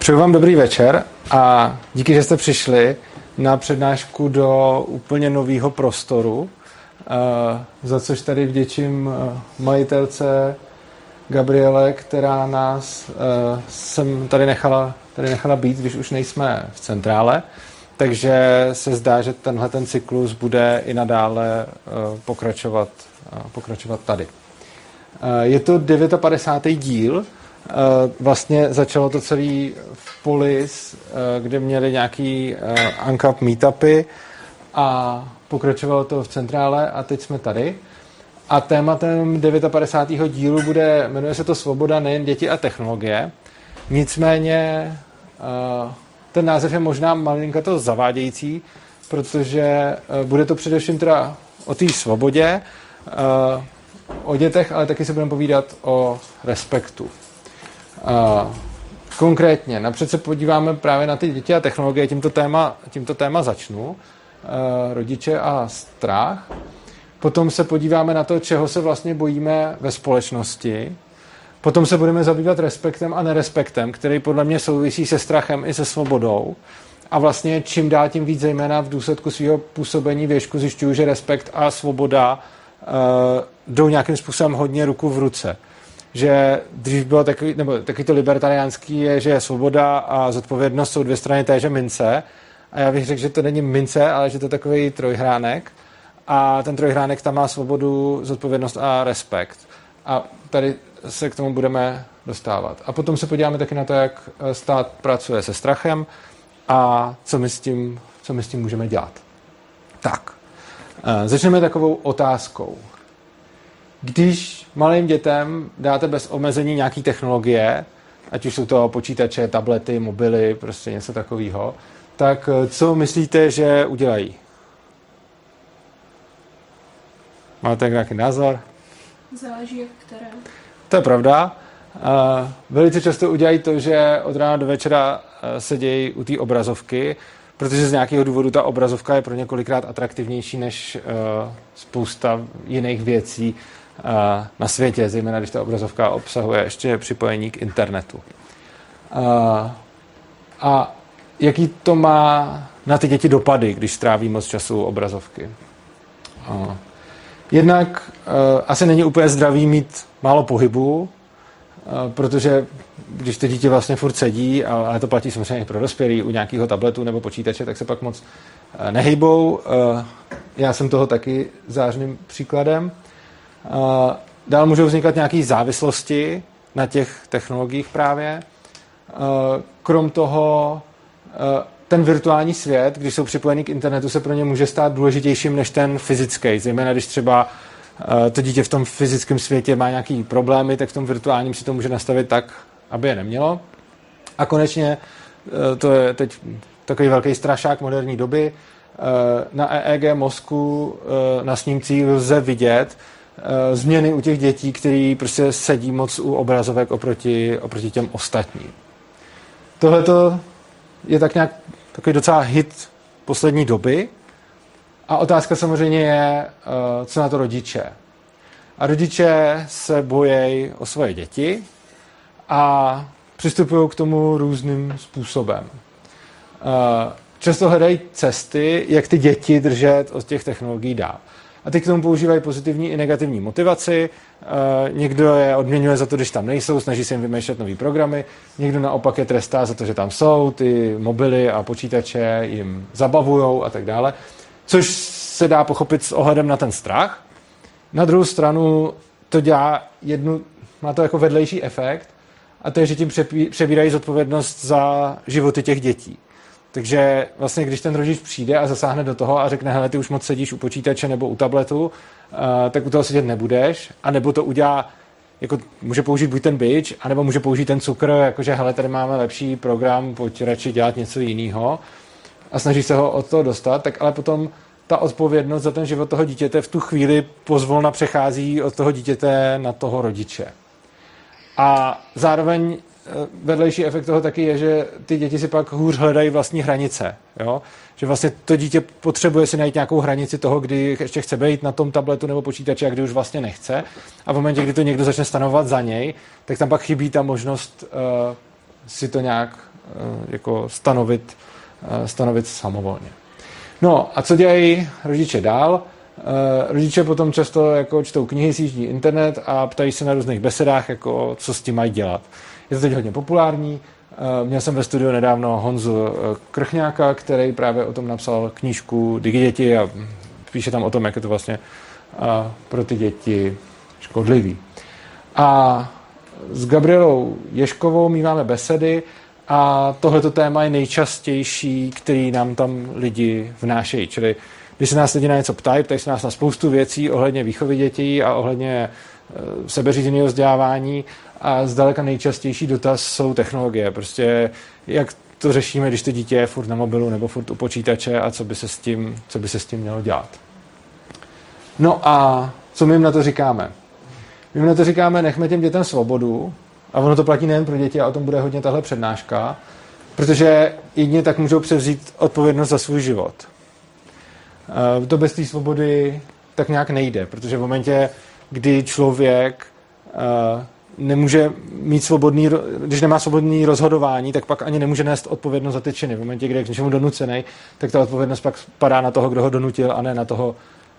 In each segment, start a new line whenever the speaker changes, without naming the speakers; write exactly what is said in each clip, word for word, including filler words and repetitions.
Přeju vám dobrý večer a díky, že jste přišli na přednášku do úplně nového prostoru, za což tady vděčím majitelce Gabriele, která nás sem tady nechala, tady nechala být, když už nejsme v centrále. Takže se zdá, že tenhle ten cyklus bude i nadále pokračovat, pokračovat tady. Je to padesátý devátý díl. Vlastně začalo to celý v Polis, kde měli nějaký Uncap meetupy a pokračovalo to v centrále a teď jsme tady. A tématem padesátého devátého dílu bude, jmenuje se to Svoboda, nejen děti a technologie. Nicméně ten název je možná malinka to zavádějící, protože bude to především teda o té svobodě, o dětech, ale taky se budeme povídat o respektu. Konkrétně, napřed se podíváme právě na ty děti a technologie, tímto téma, tímto téma začnu, rodiče a strach. Potom se podíváme na to, čeho se vlastně bojíme ve společnosti. Potom se budeme zabývat respektem a nerespektem, který podle mě souvisí se strachem i se svobodou. A vlastně čím dál tím víc, zejména v důsledku svého působení věšku, zjišťuju, že respekt a svoboda uh, jdou nějakým způsobem hodně ruku v ruce. Že dřív bylo takový, nebo takový to libertariánský je, že svoboda a zodpovědnost jsou dvě strany téže mince. A já bych řekl, že to není mince, ale že to je takový trojhránek. A ten trojhránek tam má svobodu, zodpovědnost a respekt. A tady se k tomu budeme dostávat. A potom se podíváme taky na to, jak stát pracuje se strachem a co my s tím, co my s tím můžeme dělat. Tak, začneme takovou otázkou. Když malým dětem dáte bez omezení nějaký technologie, ať už jsou to počítače, tablety, mobily, prostě něco takového, tak co myslíte, že udělají? Máte nějaký názor?
Záleží jak které.
To je pravda. Uh, velice často udělají to, že od rána do večera uh, sedějí u té obrazovky, protože z nějakého důvodu ta obrazovka je pro ně kolikrát atraktivnější než uh, spousta jiných věcí uh, na světě, zejména když ta obrazovka obsahuje ještě připojení k internetu. Uh, a jaký to má na ty děti dopady, když stráví moc času u obrazovky? Uh, Jednak uh, asi není úplně zdravý mít málo pohybu, uh, protože když to dítě vlastně furt sedí, a, ale to platí samozřejmě i pro dospělí, u nějakého tabletu nebo počítače, tak se pak moc uh, nehejbou. Uh, já jsem toho taky zářným příkladem. Uh, dál můžou vznikat nějaké závislosti na těch technologiích právě. Uh, krom toho uh, ten virtuální svět, když jsou připojení k internetu, se pro ně může stát důležitějším než ten fyzický. Zejména když třeba uh, to dítě v tom fyzickém světě má nějaký problémy, tak v tom virtuálním si to může nastavit tak, aby je nemělo. A konečně, uh, to je teď takový velký strašák moderní doby, uh, na E E G mozku, uh, na snímcích lze vidět uh, změny u těch dětí, který prostě sedí moc u obrazovek oproti, oproti těm ostatním. Tohleto je tak nějak takový docela hit poslední doby. A otázka samozřejmě je, co na to rodiče. A rodiče se bojejí o svoje děti a přistupují k tomu různým způsobem. Často hledají cesty, jak ty děti držet od těch technologií dál. A ty k tomu používají pozitivní i negativní motivaci. Někdo je odměňuje za to, když tam nejsou, snaží se jim vymýšlet nový programy. Někdo naopak je trestá za to, že tam jsou, ty mobily a počítače jim zabavujou a tak dále. Což se dá pochopit s ohledem na ten strach. Na druhou stranu to dělá jednu, má to jako vedlejší efekt, a to je, že tím přebírají zodpovědnost za životy těch dětí. Takže vlastně, když ten rodič přijde a zasáhne do toho a řekne, hele, ty už moc sedíš u počítače nebo u tabletu, uh, tak u toho sedět nebudeš, anebo to udělá, jako může použít buď ten bič, anebo může použít ten cukr, jakože, hele, tady máme lepší program, pojď radši dělat něco jiného a snaží se ho od toho dostat, tak ale potom ta odpovědnost za ten život toho dítěte v tu chvíli pozvolna přechází od toho dítěte na toho rodiče. A zároveň vedlejší efekt toho taky je, že ty děti si pak hůř hledají vlastní hranice. Jo? Že vlastně to dítě potřebuje si najít nějakou hranici toho, kdy ještě chce být na tom tabletu nebo počítači a kdy už vlastně nechce. A v momentě, kdy to někdo začne stanovovat za něj, tak tam pak chybí ta možnost uh, si to nějak jako stanovit, stanovit samovolně. No a co dělají rodiče dál? Rodiče potom často jako čtou knihy, sjíždí internet a ptají se na různých besedách, jako co s tím mají dělat. Je to teď hodně populární. Měl jsem ve studiu nedávno Honzu Krchňáka, který právě o tom napsal knížku Digiděti a píše tam o tom, jak je to vlastně pro ty děti škodlivý. A s Gabrielou Ježkovou my máme besedy a tohleto téma je nejčastější, který nám tam lidi vnášejí. Čili když se nás lidi na něco ptají, ptají se nás na spoustu věcí ohledně výchovy dětí a ohledně sebeřízeného vzdělávání a zdaleka nejčastější dotaz jsou technologie. Prostě jak to řešíme, když to dítě je furt na mobilu nebo furt u počítače a co by se s tím, co by se s tím mělo dělat. No a co my jim na to říkáme? My jim na to říkáme, nechme těm dětem svobodu a ono to platí nejen pro děti a o tom bude hodně tahle přednáška, protože jedině tak můžou převzít odpovědnost za svůj život. To bez té svobody tak nějak nejde, protože v momentě, kdy člověk nemůže mít svobodný, když nemá svobodný rozhodování, tak pak ani nemůže nést odpovědnost za ty činy. V momentě, kdy je k něčemu donucený, tak ta odpovědnost pak padá na toho, kdo ho donutil, a ne na toho,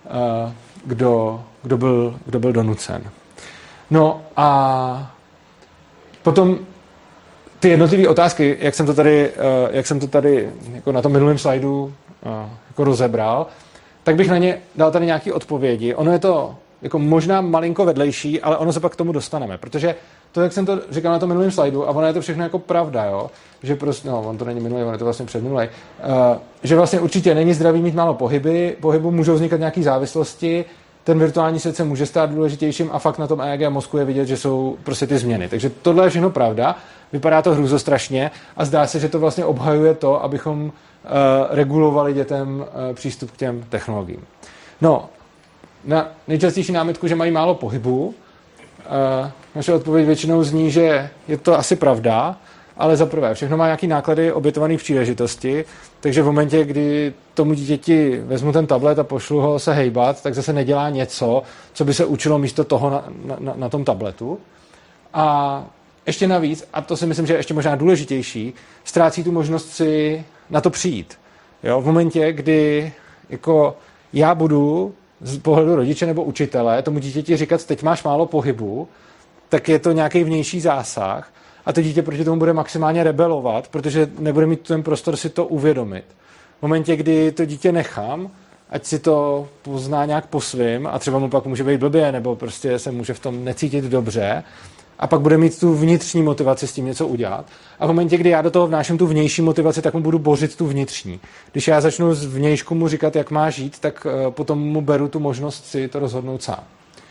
kdo, kdo, byl, kdo byl donucen. No a potom ty jednotlivé otázky, jak jsem to tady, jak jsem to tady jako na tom minulém slajdu jako rozebral, tak bych na ně dal tady nějaké odpovědi. Ono je to jako možná malinko vedlejší, ale ono se pak k tomu dostaneme, protože to, jak jsem to říkal na tom minulém slajdu, a ono je to všechno jako pravda, jo, že prostě, no, on to není minulý, on je to vlastně předminulý, uh, že vlastně určitě není zdravý mít málo pohyby, pohybu můžou vznikat nějaké závislosti, ten virtuální svět se může stát důležitějším a fakt na tom E E G mozku je vidět, že jsou prostě ty změny. Takže tohle je všechno pravda, vypadá to hrůzostrašně a zdá se, že to vlastně obhajuje to, abychom uh, regulovali dětem uh, přístup k těm technologiím. No, na nejčastější námitku, že mají málo pohybu, uh, naše odpověď většinou zní, že je to asi pravda, ale za prvé, všechno má nějaký náklady obětované příležitosti, takže v momentě, kdy tomu dítěti vezmu ten tablet a pošlu ho se hejbat, tak zase nedělá něco, co by se učilo místo toho na, na, na tom tabletu. A ještě navíc, a to si myslím, že je ještě možná důležitější, ztrácí tu možnost si na to přijít. Jo? V momentě, kdy jako já budu z pohledu rodiče nebo učitele tomu dítěti říkat, teď máš málo pohybu, tak je to nějaký vnější zásah a to dítě proti tomu bude maximálně rebelovat, protože nebude mít ten prostor si to uvědomit. V momentě, kdy to dítě nechám, ať si to pozná nějak po svým a třeba mu pak může být blbě nebo prostě se může v tom necítit dobře a pak bude mít tu vnitřní motivaci s tím něco udělat. A v momentě, kdy já do toho vnáším tu vnější motivaci, tak mu budu bořit tu vnitřní. Když já začnu z vnějšku mu říkat, jak má žít, tak potom mu beru tu možnost si to rozhodnout sám.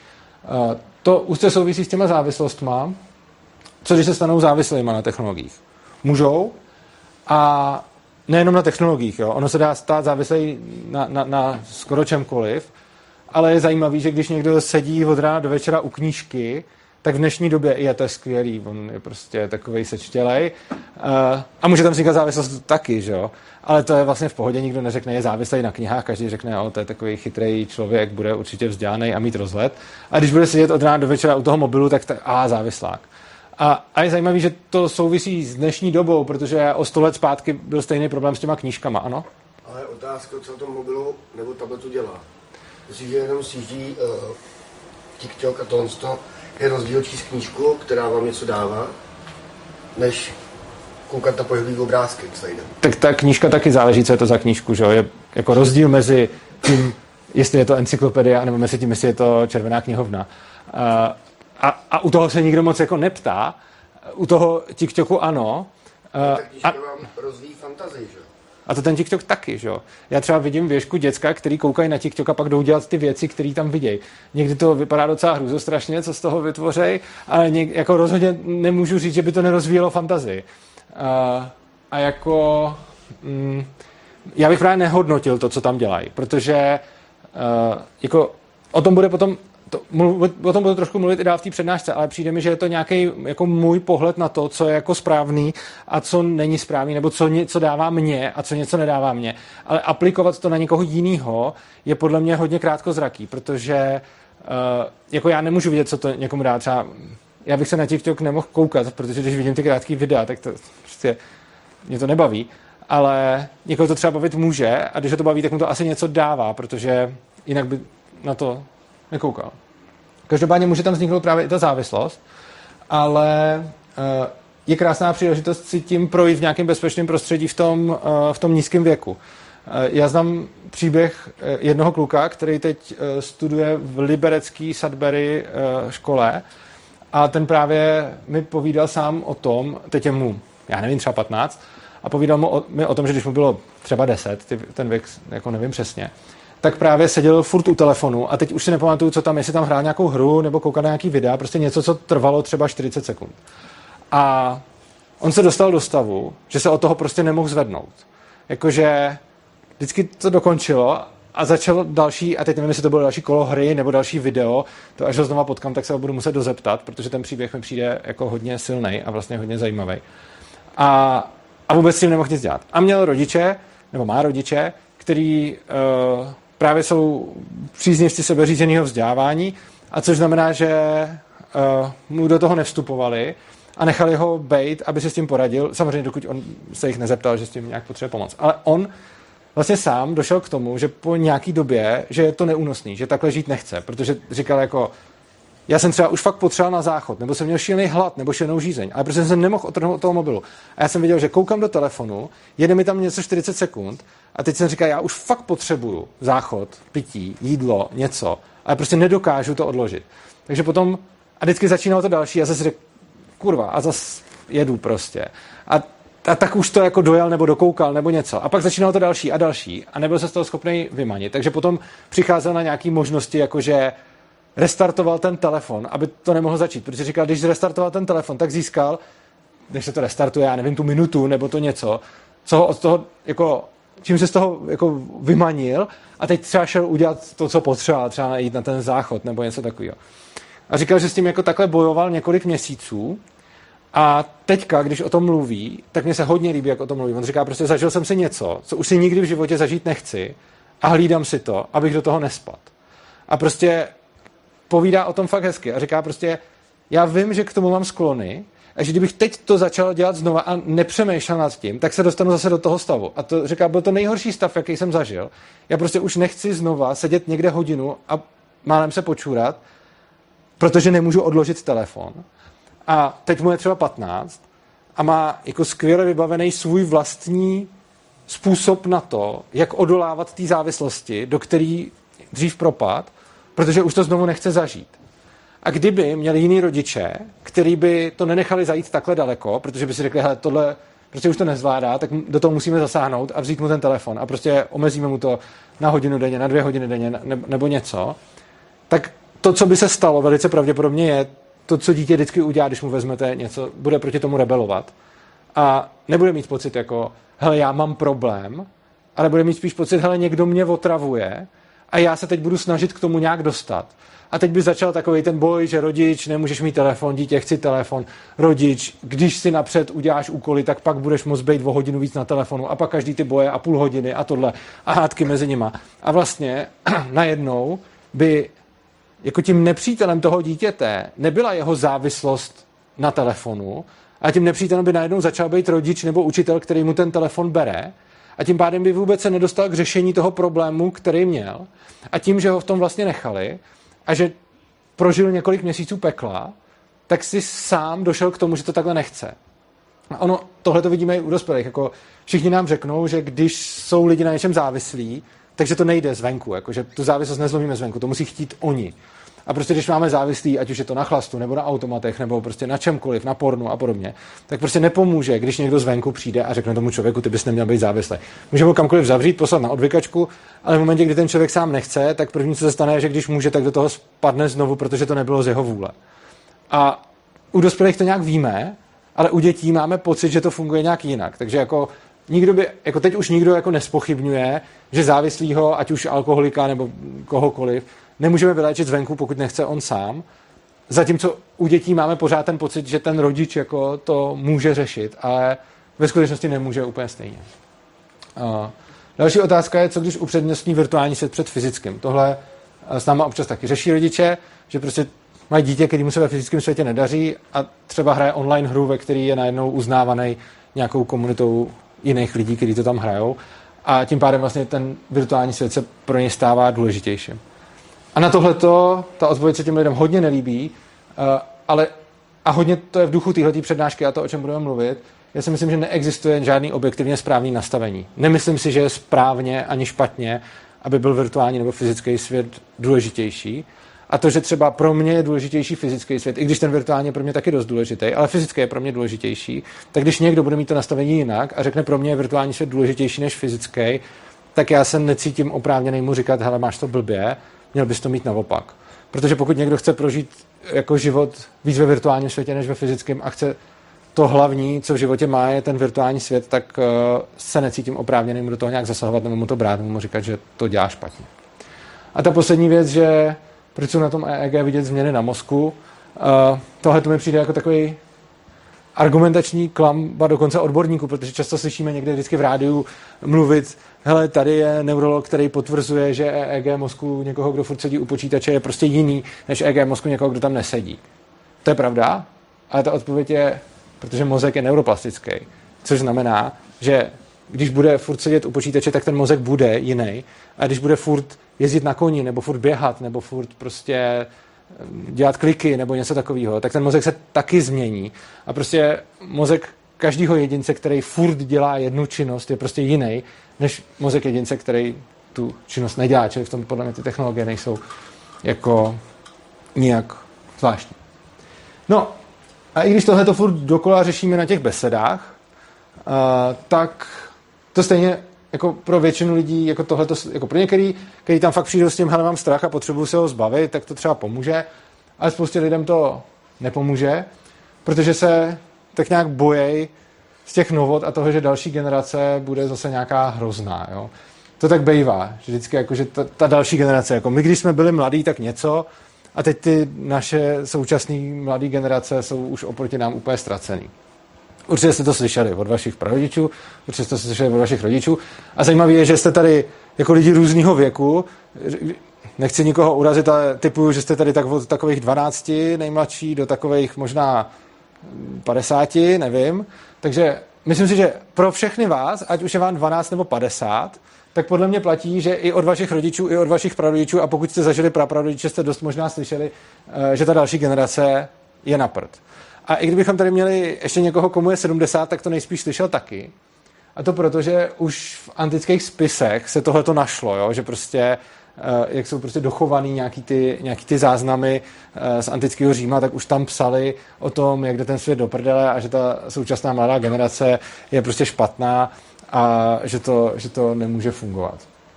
To úzce souvisí s těma závislostma. Co když se stanou závislými na technologiích? Můžou a nejenom na technologiích. Jo? Ono se dá stát závislý na, na, na skoro čemkoliv, ale je zajímavý, že když někdo sedí od rána do večera u knížky, tak v dnešní době je to skvělý, on je prostě takovej sečtělej a může tam vznikat závislost taky, že jo? Ale to je vlastně v pohodě, nikdo neřekne, je závislý na knihách, každý řekne, o, to je takový chytrý člověk, bude určitě vzdělaný a mít rozhled. A když bude sedět od rána do večera u toho mobilu, tak, tak a závislák. A, a je zajímavý, že to souvisí s dnešní dobou, protože o sto let zpátky byl stejný problém s těma knížkama, ano?
Ale otázka, co tom mobilu nebo tabletu dělá. Jestliže jenom sjíždí uh, TikTok a tohle, je rozdíl číst knížku, která vám něco dává, než koukat na pohybové obrázky celý den. Tak
ta knížka taky záleží, co je to za knížku, že jo? Je jako rozdíl mezi tím, jestli je to encyklopedie, nebo mezi tím, jestli je to červená knihovna. Uh, A, a u toho se nikdo moc jako neptá. U toho TikToku ano.
No, tak knížka vám rozvíjí fantazii, že?
A to ten TikTok taky, že jo. Já třeba vidím věšku děcka, který koukají na TikTok a pak jdou dělat ty věci, které tam vidějí. Někdy to vypadá docela hrůzostrašně, co z toho vytvořej, ale něk, jako rozhodně nemůžu říct, že by to nerozvíjelo fantazii. A, a jako... Mm, já bych právě nehodnotil to, co tam dělají, protože uh, jako o tom bude potom To, mluv, o tom budu trošku mluvit i dál v té přednášce, ale přijde mi, že je to nějaký jako můj pohled na to, co je jako správný a co není správný, nebo co něco dává mně a co něco nedává mně. Ale aplikovat to na někoho jinýho je podle mě hodně krátkozraký, protože uh, jako já nemůžu vidět, co to někomu dá. Třeba já bych se na TikTok nemohl koukat, protože když vidím ty krátké videa, tak to prostě mě to nebaví, ale někoho to třeba bavit může a když ho to baví, tak mu to asi něco dává, protože jinak by na to nekoukal. Každopádně může tam vzniknout právě i ta závislost, ale je krásná příležitost si tím projít v nějakém bezpečném prostředí v tom, v tom nízkém věku. Já znám příběh jednoho kluka, který teď studuje v liberecké Sudbury škole a ten právě mi povídal sám o tom, teď je mu, já nevím, třeba patnáct, a povídal mu o, mi o tom, že když mu bylo třeba deset, ty, ten věk, jako nevím přesně, tak právě seděl furt u telefonu a teď už si nepamatuju, co tam, jestli tam hrál nějakou hru nebo koukal na nějaký videa, prostě něco, co trvalo třeba čtyřicet sekund. A on se dostal do stavu, že se od toho prostě nemohl zvednout. Jakože vždycky to dokončilo a začalo další, a teď nevím, jestli to bylo další kolo hry nebo další video, to až ho znova potkám, tak se ho budu muset dozeptat, protože ten příběh mi přijde jako hodně silnej a vlastně hodně zajímavý. A, a vůbec s tím nemohl nic dělat. A měl rodiče, nebo má rodiče, který uh, právě jsou příznivci sebeřízeného vzdělávání, a což znamená, že uh, mu do toho nevstupovali a nechali ho bejt, aby se s tím poradil. Samozřejmě, dokud on se jich nezeptal, že s tím nějak potřebuje pomoct. Ale on vlastně sám došel k tomu, že po nějaký době, že je to neúnosný, že takhle žít nechce, protože říkal jako, já jsem třeba už fakt potřeboval na záchod, nebo jsem měl šílený hlad, nebo šílenou žízeň, ale protože jsem nemohl otrhnout od toho mobilu. A já jsem viděl, že koukám do telefonu, jede mi tam něco čtyřicet sekund a teď jsem říkal, já už fakt potřebuju záchod, pití, jídlo, něco, ale prostě nedokážu to odložit. Takže potom, a vždycky začínalo to další a zase řekl, kurva, a zase jedu prostě. A A tak už to jako dojel nebo dokoukal nebo něco. A pak začínalo to další a další a nebyl se z toho schopný vymanit. Takže potom přicházel na nějaké možnosti, jakože restartoval ten telefon, aby to nemohl začít. Protože říkal, když restartoval ten telefon, tak získal, když se to restartuje, já nevím, tu minutu nebo to něco, co ho od toho, jako, čím se z toho jako vymanil a teď třeba šel udělat to, co potřeboval, třeba jít na ten záchod nebo něco takového. A říkal, že s tím jako takhle bojoval několik měsíců. A teďka, když o tom mluví, tak mně se hodně líbí, jak o tom mluví. On říká, prostě zažil jsem si něco, co už si nikdy v životě zažít nechci a hlídám si to, abych do toho nespad. A prostě povídá o tom fakt hezky a říká prostě, já vím, že k tomu mám sklony a že kdybych teď to začal dělat znova a nepřemýšlel nad tím, tak se dostanu zase do toho stavu. A to říká, byl to nejhorší stav, jaký jsem zažil. Já prostě už nechci znova sedět někde hodinu a málem se počůrat, protože nemůžu odložit telefon. A teď mu je třeba patnáct a má jako skvěle vybavený svůj vlastní způsob na to, jak odolávat té závislosti, do který dřív propad, protože už to znovu nechce zažít. A kdyby měli jiný rodiče, který by to nenechali zajít takhle daleko, protože by si řekli, hele, tohle prostě už to nezvládá, tak do toho musíme zasáhnout a vzít mu ten telefon a prostě omezíme mu to na hodinu denně, na dvě hodiny denně nebo něco, tak to, co by se stalo velice pravděpodobně je, to, co dítě vždycky udělá, když mu vezmete něco, bude proti tomu rebelovat. A nebude mít pocit jako, hele, já mám problém, ale bude mít spíš pocit, hele, někdo mě otravuje a já se teď budu snažit k tomu nějak dostat. A teď by začal takový ten boj, že rodič, nemůžeš mít telefon, dítě, chci telefon, rodič, když si napřed uděláš úkoly, tak pak budeš moct být o hodinu víc na telefonu a pak každý ty boje a půl hodiny a tohle a hádky mezi nima. A vlastně najednou by jako tím nepřítelem toho dítěte nebyla jeho závislost na telefonu, a tím nepřítelem by najednou začal být rodič nebo učitel, který mu ten telefon bere, a tím pádem by vůbec se nedostal k řešení toho problému, který měl, a tím, že ho v tom vlastně nechali a že prožil několik měsíců pekla, tak si sám došel k tomu, že to takhle nechce. A ono, tohle to vidíme i u dospělých. Jako všichni nám řeknou, že když jsou lidi na něčem závislí, takže to nejde zvenku, jako, že tu závislost nezlomíme zvenku, to musí chtít oni. A prostě když máme závislí, ať už je to na chlastu, nebo na automatech, nebo prostě na čemkoliv, na pornu a podobně, tak prostě nepomůže, když někdo zvenku přijde a řekne tomu člověku, ty bys neměl být závislý. Můžeme ho kamkoliv zavřít, poslat na odvykačku, ale v momentě, kdy ten člověk sám nechce, tak první, co se stane, je, že když může, tak do toho spadne znovu, protože to nebylo z jeho vůle. A u dospělých to nějak víme, ale u dětí máme pocit, že to funguje nějak jinak. Takže jako nikdo by, jako teď už nikdo jako nespochybňuje, že závislýho, ať už alkoholika nebo kohokoliv, nemůžeme vyléčit zvenku, pokud nechce on sám. Zatímco u dětí máme pořád ten pocit, že ten rodič jako to může řešit, ale ve skutečnosti nemůže úplně stejně. Uh, další otázka je, co když upřednostní virtuální svět před fyzickým. Tohle s náma občas taky řeší rodiče, že prostě mají dítě, kterému se ve fyzickém světě nedaří a třeba hraje online hru, ve které je najednou uznávaný nějakou komunitou jiných lidí, kteří to tam hrajou. A tím pádem vlastně ten virtuální svět se pro ně stává důležitějším. A na tohleto ta odpověď se těm lidem hodně nelíbí, ale a hodně to je v duchu téhletý přednášky a to, o čem budeme mluvit. Já si myslím, že neexistuje žádný objektivně správný nastavení. Nemyslím si, že je správně ani špatně, aby byl virtuální nebo fyzický svět důležitější. A to, že třeba pro mě je důležitější fyzický svět, i když ten virtuální je pro mě taky dost důležitý, ale fyzický je pro mě důležitější, tak když někdo bude mít to nastavení jinak a řekne, pro mě je virtuální svět důležitější než fyzický, tak já se necítím oprávněný mu říkat, hele, máš to blbě, měl bys to mít naopak. Protože pokud někdo chce prožít jako život víc ve virtuálním světě než ve fyzickém a chce to hlavní, co v životě má, je ten virtuální svět, tak uh, se necítím oprávněný mu do toho nějak zasahovat nebo mu to brát, nebo mu říkat, že to dělá špatně. A ta poslední věc, že proč jsou na tom E E G vidět změny na mozku, uh, tohle to mi přijde jako takový argumentační klam, a dokonce odborníků, protože často slyšíme někde vždycky v rádiu mluvit, hele, tady je neurolog, který potvrzuje, že E E G mozku někoho, kdo furt sedí u počítače, je prostě jiný než E E G mozku někoho, kdo tam nesedí. To je pravda, ale ta odpověď je, protože mozek je neuroplastický, což znamená, že když bude furt sedět u počítače, tak ten mozek bude jiný. A když bude furt jezdit na koni, nebo furt běhat, nebo furt prostě dělat kliky, nebo něco takového, tak ten mozek se taky změní. A prostě mozek každého jedince, který furt dělá jednu činnost, je prostě jiný, než mozek jedince, který tu činnost nedělá. Čili v tom podle mě ty technologie nejsou jako nijak zvláštní. No, a i když tohle to furt dokola řešíme na těch besedách, uh, tak to stejně jako pro většinu lidí, jako tohleto, jako pro některý, který tam fakt přijdou s tím, hele, mám strach a potřebuju se ho zbavit, tak to třeba pomůže, ale spoustě lidem to nepomůže, protože se tak nějak bojejí z těch novot a toho, že další generace bude zase nějaká hrozná, jo. To tak bejvá, že vždycky jako, že ta, ta další generace, jako my, když jsme byli mladí, tak něco, a teď ty naše současné mladé generace jsou už oproti nám úplně ztracený. Určitě jste to slyšeli od vašich prarodičů, určitě jste to slyšeli od vašich rodičů. A zajímavé je, že jste tady jako lidi různého věku, nechci nikoho urazit, ale typuju, že jste tady tak od takových dvanácti nejmladší do takových možná padesáti, nevím. Takže myslím si, že pro všechny vás, ať už je vám dvanáct nebo padesát, tak podle mě platí, že i od vašich rodičů, i od vašich prarodičů, a pokud jste zažili praprarodiče, jste dost možná slyšeli, že ta další generace je na prd. A i kdybychom tady měli ještě někoho, komu je sedmdesát, tak to nejspíš slyšel taky. A to proto, že už v antických spisech se tohleto našlo, jo? Že prostě, jak jsou prostě dochovaný nějaký ty, nějaký ty záznamy z antického Říma, tak už tam psali o tom, jak jde ten svět do prdele a že ta současná mladá generace je prostě špatná a že to, že to nemůže fungovat.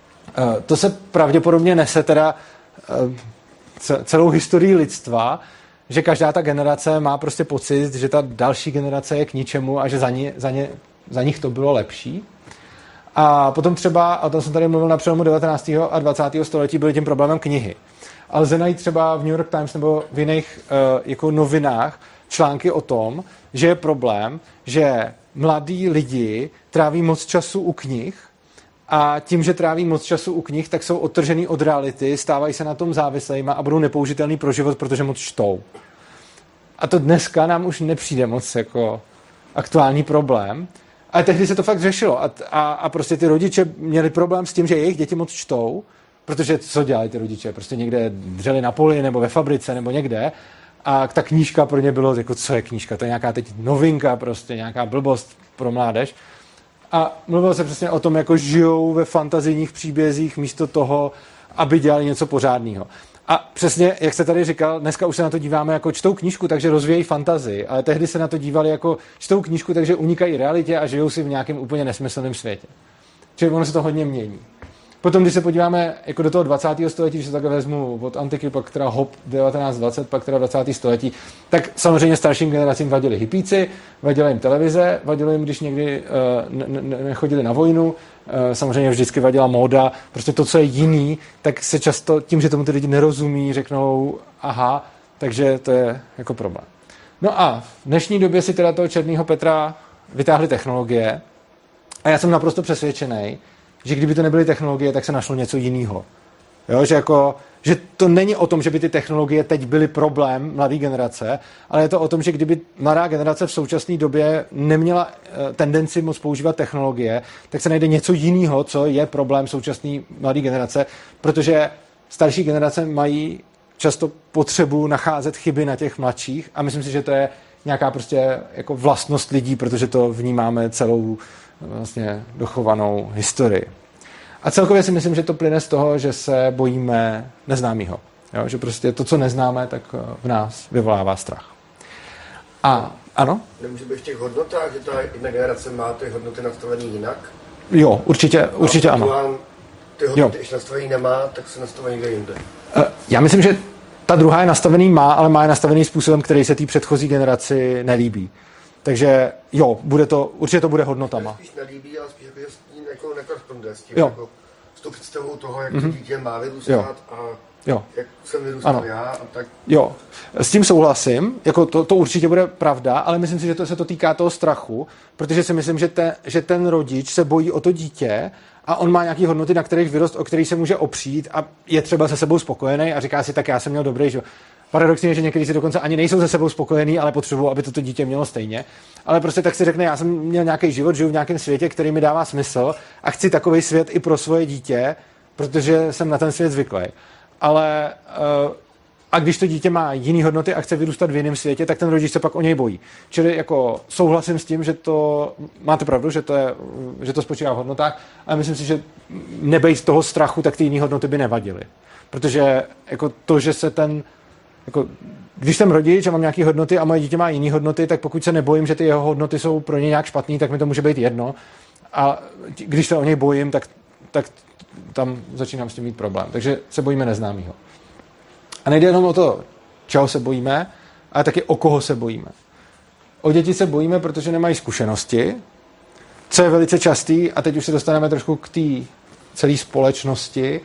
To se pravděpodobně nese teda celou historii lidstva, že každá ta generace má prostě pocit, že ta další generace je k ničemu a že za, ně, za, ně, za nich to bylo lepší. A potom třeba, a o tom jsem tady mluvil na přelomu devatenáctého a dvacátého století, byly tím problémem knihy. A lze najít třeba v New York Times nebo v jiných uh, jako novinách články o tom, že je problém, že mladí lidi tráví moc času u knih a tím, že tráví moc času u knih, tak jsou odtržený od reality, stávají se na tom závislejma a budou nepoužitelný pro život, protože moc čtou. A to dneska nám už nepřijde moc jako aktuální problém. Ale tehdy se to fakt řešilo a, a, a prostě ty rodiče měli problém s tím, že jejich děti moc čtou, protože co dělají ty rodiče? Prostě někde dřeli na poli nebo ve fabrice nebo někde a ta knížka pro ně bylo, jako co je knížka? To je nějaká teď novinka, prostě nějaká blbost pro mládež. A mluvilo se přesně o tom, jako žijou ve fantazijních příbězích místo toho, aby dělali něco pořádného. A přesně, jak jste tady říkal, dneska už se na to díváme jako čtou knížku, takže rozvíjejí fantazii, ale tehdy se na to dívali jako čtou knížku, takže unikají realitě a žijou si v nějakém úplně nesmyslném světě. Čili ono se to hodně mění. Potom, když se podíváme jako do toho dvacátého století, když se takhle vezmu od antiky, pak teda hop devatenáct dvacet, pak teda dvacátého století, tak samozřejmě starším generacím vadili hippíci, vadila jim televize, vadilo jim, když někdy uh, ne- ne- nechodili na vojnu, uh, samozřejmě vždycky vadila móda, prostě to, co je jiný, tak se často tím, že tomu ty lidi nerozumí, řeknou aha, takže to je jako problém. No a v dnešní době si teda toho černého Petra vytáhli technologie a já jsem naprosto přesvědčený, že kdyby to nebyly technologie, tak se našlo něco jiného. Jo, že jako, Že to není o tom, že by ty technologie teď byly problém mladé generace, ale je to o tom, že kdyby mladá generace v současné době neměla tendenci moc používat technologie, tak se najde něco jiného, co je problém současné mladé generace, protože starší generace mají často potřebu nacházet chyby na těch mladších a myslím si, že to je nějaká prostě jako vlastnost lidí, protože to vnímáme celou vlastně dochovanou historii. A celkově si myslím, že to plyne z toho, že se bojíme neznámého. Jo? Že prostě to, co neznáme, tak v nás vyvolává strach. A ano?
Nemůže být v těch hodnotách, že ta jedna generace má ty hodnoty nastavené jinak?
Jo, určitě, určitě ano.
Ty hodnoty, když nastavení nemá, tak se nastaví někde jinde.
Já myslím, že ta druhá je nastavený má, ale má je nastavený způsobem, který se té předchozí generaci nelíbí. Takže jo, bude to, určitě to bude hodnotama.
Spíš nelíbí, ale spíš jako, že s tím jako nekoresponduje s tím,
jo.
Jako s tou představou toho, jak
mm-hmm.
to dítě má vyrůstat
jo.
a
jo.
jak jsem vyrůstal
ano.
já a tak.
Jo, s tím souhlasím, jako to, to určitě bude pravda, ale myslím si, že to se to týká toho strachu, protože si myslím, že, te, že ten rodič se bojí o to dítě a on má nějaké hodnoty, na kterých vyrost, o kterých se může opřít a je třeba se sebou spokojený a říká si, tak já jsem měl dobrý život. Paradoxně je, že někteří si dokonce ani nejsou se sebou spokojení, ale potřebují, aby toto dítě mělo stejně. Ale prostě tak si řekne, já jsem měl nějaký život, žiju v nějakém světě, který mi dává smysl a chci takový svět i pro svoje dítě, protože jsem na ten svět zvyklý. Ale uh, a když to dítě má jiný hodnoty a chce vyrůstat v jiném světě, tak ten rodič se pak o něj bojí. Čili jako souhlasím s tím, že to máte pravdu, že to, je, že to spočívá v hodnotách, ale myslím si, že nebejt z toho strachu, tak ty jiné hodnoty by nevadily. Protože jako to, že se ten jako, když jsem rodič a mám nějaké hodnoty a moje dítě má jiné hodnoty, tak pokud se nebojím, že ty jeho hodnoty jsou pro ně nějak špatný, tak mi to může být jedno. A když se o něj bojím, tak, tak tam začínám s tím mít problém. Takže se bojíme neznámého. A nejde jenom o to, čeho se bojíme, ale taky o koho se bojíme. O děti se bojíme, protože nemají zkušenosti, co je velice častý, a teď už se dostaneme trošku k té celé společnosti.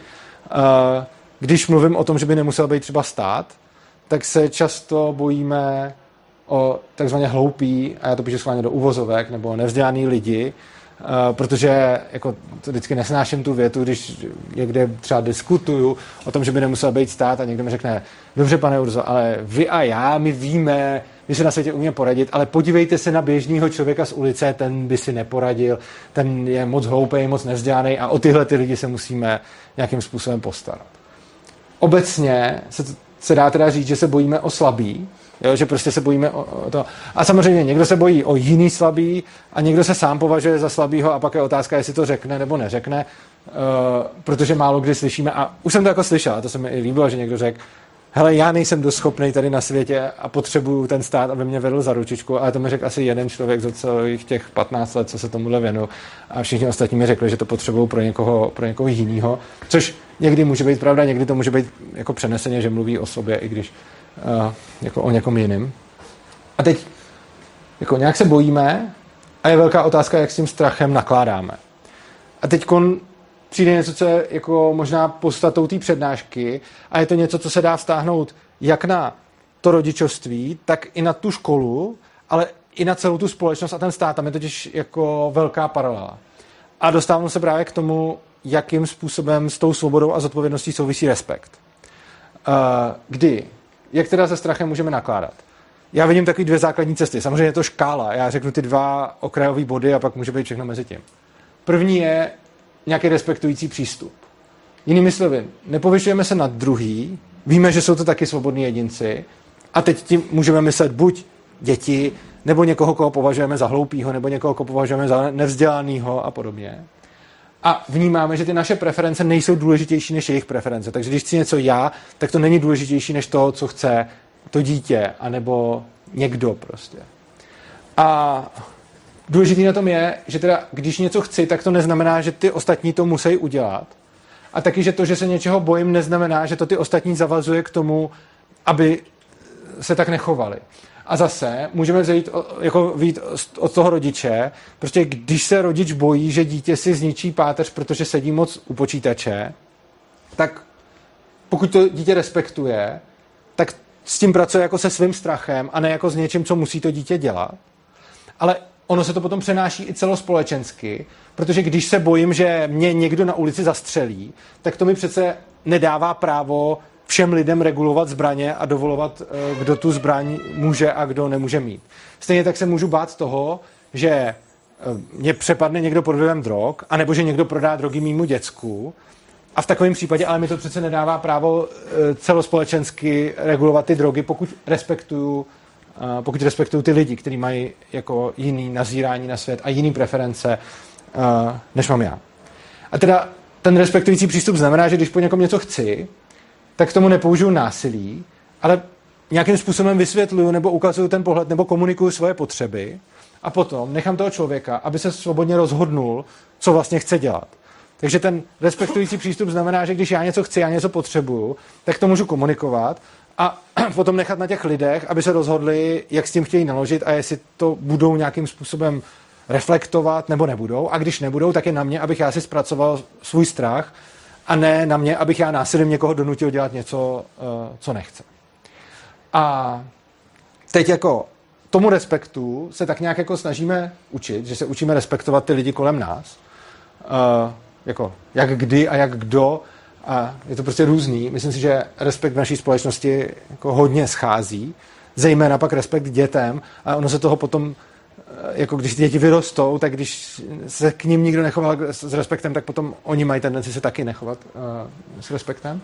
Když mluvím o tom, že by nemusel být třeba stát, tak se často bojíme o takzvaně hloupý, a já to píšu schválně do uvozovek, nebo nevzdělaný lidi, uh, protože jako to vždycky nesnáším tu větu, když někde třeba diskutuju o tom, že by nemusel být stát a někdo mi řekne, dobře, pane Urzo, ale vy a já, my víme, my se na světě umíme poradit, ale podívejte se na běžného člověka z ulice, ten by si neporadil, ten je moc hloupý, moc nevzdělaný a o tyhle ty lidi se musíme nějakým způsobem postarat. Obecně se to se dá teda říct, že se bojíme o slabý, jo, že prostě se bojíme o, o to. A samozřejmě někdo se bojí o jiný slabý a někdo se sám považuje za slabýho a pak je otázka, jestli to řekne nebo neřekne, uh, protože málo kdy slyšíme, a už jsem to jako slyšel, a to se mi i líbilo, že někdo řekl, hele, já nejsem dost schopnej tady na světě a potřebuju ten stát, aby mě vedl za ručičku, ale to mi řekl asi jeden člověk za celých těch patnáct let, co se tomuhle věnu, a všichni ostatní mi řekli, že to potřebuju pro někoho, pro někoho jinýho, což někdy může být pravda, někdy to může být jako přeneseně, že mluví o sobě, i když uh, jako o někom jiným. A teď jako nějak se bojíme a je velká otázka, jak s tím strachem nakládáme. A teď přijde něco, co je jako možná podstatou té přednášky a je to něco, co se dá vztáhnout jak na to rodičovství, tak i na tu školu, ale i na celou tu společnost a ten stát. Tam je totiž jako velká paralela. A dostávám se právě k tomu, jakým způsobem s tou svobodou a zodpovědností souvisí respekt. Kdy? Jak teda se strachem můžeme nakládat? Já vidím takový dvě základní cesty. Samozřejmě je to škála. Já řeknu ty dva okrajové body a pak může být všechno mezi tím. První je nějaký respektující přístup. Jinými slovy, nepovyšujeme se nad druhý, víme, že jsou to taky svobodní jedinci a teď tím můžeme myslet buď děti, nebo někoho, koho považujeme za hloupýho, nebo někoho, koho považujeme za nevzdělanýho a podobně. A vnímáme, že ty naše preference nejsou důležitější než jejich preference. Takže když chci něco já, tak to není důležitější než to, co chce to dítě, anebo někdo prostě. A důležitý na tom je, že teda, když něco chci, tak to neznamená, že ty ostatní to musí udělat. A taky, že to, že se něčeho bojím, neznamená, že to ty ostatní zavazuje k tomu, aby se tak nechovali. A zase můžeme vzít, jako vyjít od toho rodiče, prostě když se rodič bojí, že dítě si zničí páteř, protože sedí moc u počítače, tak pokud to dítě respektuje, tak s tím pracuje jako se svým strachem a ne jako s něčím, co musí to dítě dělat. Ale ono se to potom přenáší i celospolečensky, protože když se bojím, že mě někdo na ulici zastřelí, tak to mi přece nedává právo všem lidem regulovat zbraně a dovolovat, kdo tu zbraň může a kdo nemůže mít. Stejně tak se můžu bát toho, že mě přepadne někdo pod vlivem drog, anebo že někdo prodá drogy mému děcku. A v takovém případě, ale mi to přece nedává právo celospolečensky regulovat ty drogy, pokud respektuju, pokud respektuju ty lidi, kteří mají jako jiný nazírání na svět a jiný preference, než mám já. A teda ten respektující přístup znamená, že když po někom něco chci, tak k tomu nepoužiju násilí, ale nějakým způsobem vysvětluju nebo ukazuju ten pohled nebo komunikuju svoje potřeby a potom nechám toho člověka, aby se svobodně rozhodnul, co vlastně chce dělat. Takže ten respektující přístup znamená, že když já něco chci, já něco potřebuju, tak to můžu komunikovat a potom nechat na těch lidech, aby se rozhodli, jak s tím chtějí naložit a jestli to budou nějakým způsobem reflektovat nebo nebudou. A když nebudou, tak je na mě, abych já si zpracoval svůj strach a ne na mě, abych já násilím někoho donutil dělat něco, co nechce. A teď jako tomu respektu se tak nějak jako snažíme učit, že se učíme respektovat ty lidi kolem nás. Uh, jako jak kdy a jak kdo. A je to prostě různý. Myslím si, že respekt v naší společnosti jako hodně schází. Zejména pak respekt k dětem. A ono se toho potom, jako když ty děti vyrostou, tak když se k ním nikdo nechoval s respektem, tak potom oni mají tendenci se taky nechovat uh, s respektem.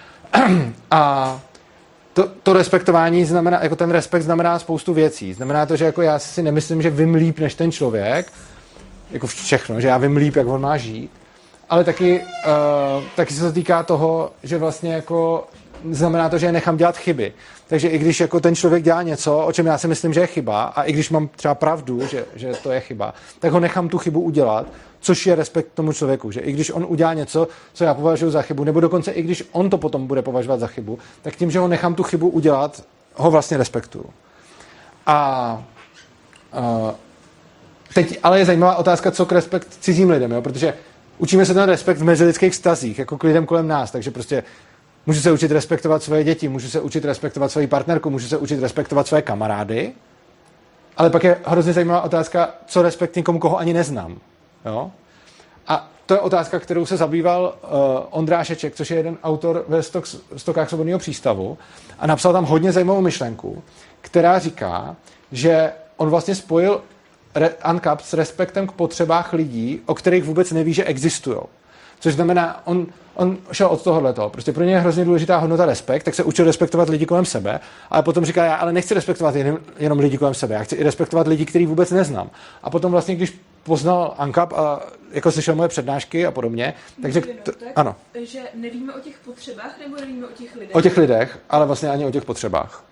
A To, to respektování znamená, jako ten respekt znamená spoustu věcí. Znamená to, že jako já si nemyslím, že vím líp než ten člověk, jako všechno, že já vím líp, jak on má žít, ale taky, uh, taky se to týká toho, že vlastně jako znamená to, že nechám dělat chyby. Takže i když jako ten člověk dělá něco, o čem já si myslím, že je chyba, a i když mám třeba pravdu, že, že to je chyba, tak ho nechám tu chybu udělat, což je respekt k tomu člověku. Že i když on udělá něco, co já považuji za chybu, nebo dokonce i když on to potom bude považovat za chybu, tak tím, že ho nechám tu chybu udělat, ho vlastně respektuju. A uh, teď ale je zajímavá otázka, co k respekt cizím lidem, jo? Protože učíme se ten respekt v mezilidských vztazích, jako k lidem kolem nás, takže prostě můžu se učit respektovat svoje děti, můžu se učit respektovat svoji partnerku, můžu se učit respektovat svoje kamarády, ale pak je hrozně zajímavá otázka, co respekt někomu, koho ani neznám. Jo? A to je otázka, kterou se zabýval uh, Ondrášeček, což je jeden autor ve stok, Stokách svobodného přístavu a napsal tam hodně zajímavou myšlenku, která říká, že on vlastně spojil re, ANCAP s respektem k potřebách lidí, o kterých vůbec neví, že existují. Což znamená, on, on šel od tohohletoho. Prostě pro ně je hrozně důležitá hodnota respekt, tak se učil respektovat lidi kolem sebe, ale potom říká, já ale nechci respektovat jen, jenom lidi kolem sebe, já chci i respektovat lidi, který vůbec neznám. A potom vlastně, když poznal ANCAP a jako slyšel moje přednášky a podobně, tak řekl,
no, tak,
ano.
Že nevíme o těch potřebách, nebo nevíme o těch lidech?
O těch lidech, ale vlastně ani o těch potřebách.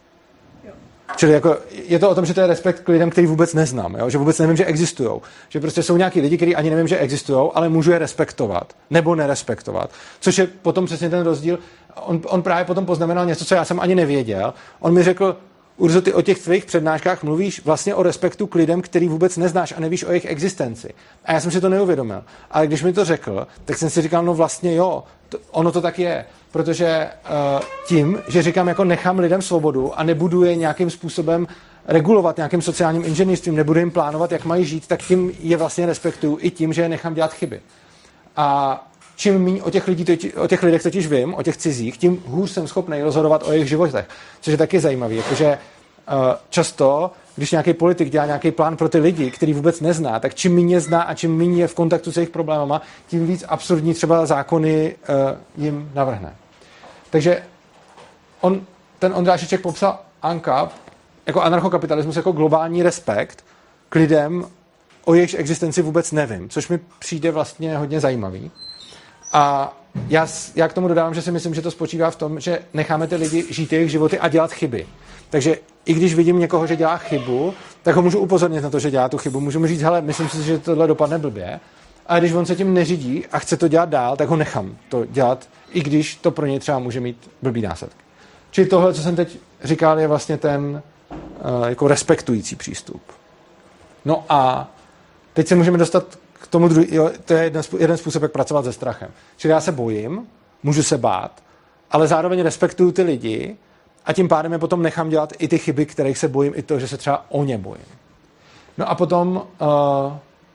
Čili jako je to o tom, že to je respekt k lidem, který vůbec neznám, jo? Že vůbec nevím, že existujou. Že prostě jsou nějaký lidi, kteří ani nevím, že existujou, ale můžu je respektovat nebo nerespektovat. Což je potom přesně ten rozdíl. On, on právě potom poznamenal něco, co já jsem ani nevěděl. On mi řekl, Urzo, ty o těch tvých přednáškách mluvíš vlastně o respektu k lidem, který vůbec neznáš a nevíš o jejich existenci. A já jsem si to neuvědomil. Ale když mi to řekl, tak jsem si říkal, no vlastně jo, to, ono to tak je. Protože uh, tím, že říkám, jako nechám lidem svobodu a nebudu je nějakým způsobem regulovat nějakým sociálním inženýrstvím, nebudu jim plánovat, jak mají žít, tak tím je vlastně respektuju i tím, že je nechám dělat chyby. A čím méně o těch, lidí, o těch lidech totiž vím, o těch cizích, tím hůř jsem schopný rozhodovat o jejich životech. Což je taky zajímavý, jakože uh, často, když nějaký politik dělá nějaký plán pro ty lidi, který vůbec nezná, tak čím méně zná a čím méně je v kontaktu s jejich problémama, tím víc absurdní třeba zákony uh, jim navrhne. Takže on, ten Ondrášeček popsal ANCAP jako anarchokapitalismus, jako globální respekt k lidem, o jejichž existenci vůbec nevím, což mi přijde vlastně hodně zajímavý. A já, já k tomu dodávám, že si myslím, že to spočívá v tom, že necháme ty lidi žít jejich životy a dělat chyby. Takže i když vidím někoho, že dělá chybu, tak ho můžu upozornit na to, že dělá tu chybu. Můžu mu říct, hele, myslím si, že tohle dopadne blbě. A když on se tím neřídí a chce to dělat dál, tak ho nechám to dělat, i když to pro něj třeba může mít blbý následky. Čili tohle, co jsem teď říkal, je vlastně ten uh, jako respektující přístup. No a teď se můžeme dostat k tomu druhý, jo, to je jeden, jeden způsob, jak pracovat se strachem. Čili já se bojím, můžu se bát, ale zároveň respektuju ty lidi a tím pádem je potom nechám dělat i ty chyby, kterých se bojím, i to, že se třeba o ně bojím. No a potom uh,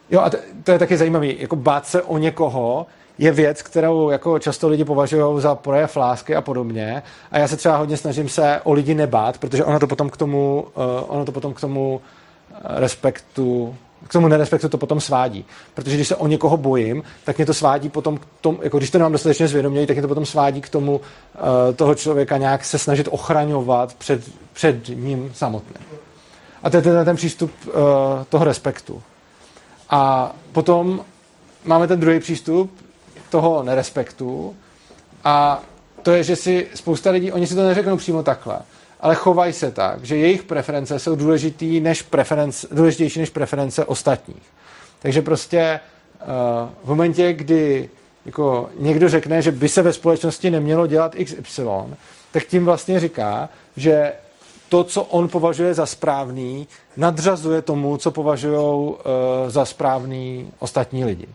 Jo, a to, to je taky zajímavý. Jako bát se o někoho je věc, kterou jako často lidi považují za projev lásky a podobně. A já se třeba hodně snažím se o lidi nebát, protože ono to potom k tomu, uh, ono to potom k tomu respektu, k tomu nerespektu to potom svádí. Protože když se o někoho bojím, tak mě to svádí potom k tomu, jako když to nemám dostatečně zvědomění, tak mě to potom svádí k tomu uh, toho člověka nějak se snažit ochraňovat před, před ním samotným. A to je ten, ten přístup uh, toho respektu. A potom máme ten druhý přístup toho nerespektu a to je, že si spousta lidí, oni si to neřeknou přímo takhle, ale chovají se tak, že jejich preference jsou důležitý než preference, důležitější než preference ostatních. Takže prostě uh, v momentě, kdy jako někdo řekne, že by se ve společnosti nemělo dělat iks ypsilon, tak tím vlastně říká, že to, co on považuje za správný, nadřazuje tomu, co považují uh, za správný ostatní lidi.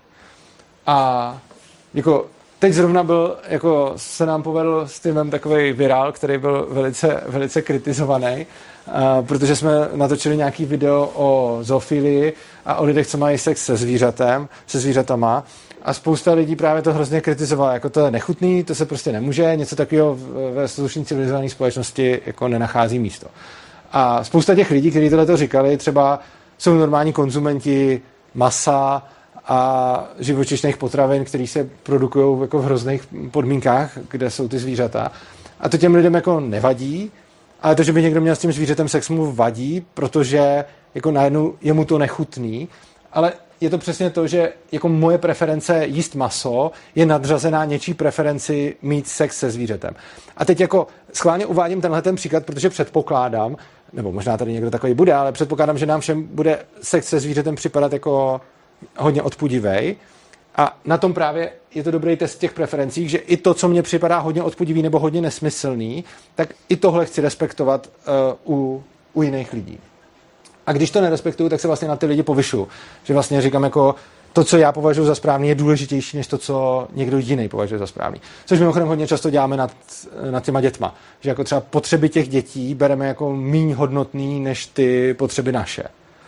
A jako teď zrovna byl, jako se nám povedl s týmem takový virál, který byl velice, velice kritizovaný, uh, protože jsme natočili nějaký video o zoofilii a o lidech, co mají sex se zvířatem, se zvířatama. A spousta lidí právě to hrozně kritizovala, jako to je nechutný, to se prostě nemůže, něco takového ve slušné civilizované společnosti jako nenachází místo. A spousta těch lidí, kteří tohle to říkali, třeba jsou normální konzumenti masa a živočišných potravin, které se produkují jako v hrozných podmínkách, kde jsou ty zvířata. A to těm lidem jako nevadí, ale to, že by někdo měl s tím zvířetem sex, mu vadí, protože jako najednou je mu to nechutný, ale je to přesně to, že jako moje preference jíst maso je nadřazená něčí preferenci mít sex se zvířetem. A teď jako schválně uvádím tenhle ten příklad, protože předpokládám, nebo možná tady někdo takový bude, ale předpokládám, že nám všem bude sex se zvířetem připadat jako hodně odpudivej. A na tom právě je to dobrý test těch preferencí, že i to, co mně připadá hodně odpudivý nebo hodně nesmyslný, tak i tohle chci respektovat uh, u, u jiných lidí. A když to nerespektuju, tak se vlastně na ty lidi povyšuju. Že vlastně říkám jako to, co já považuji za správný, je důležitější než to, co někdo jiný považuje za správný. Což mimochodem hodně často děláme nad, nad těma dětma. Že jako třeba potřeby těch dětí bereme jako míň hodnotný než ty potřeby naše.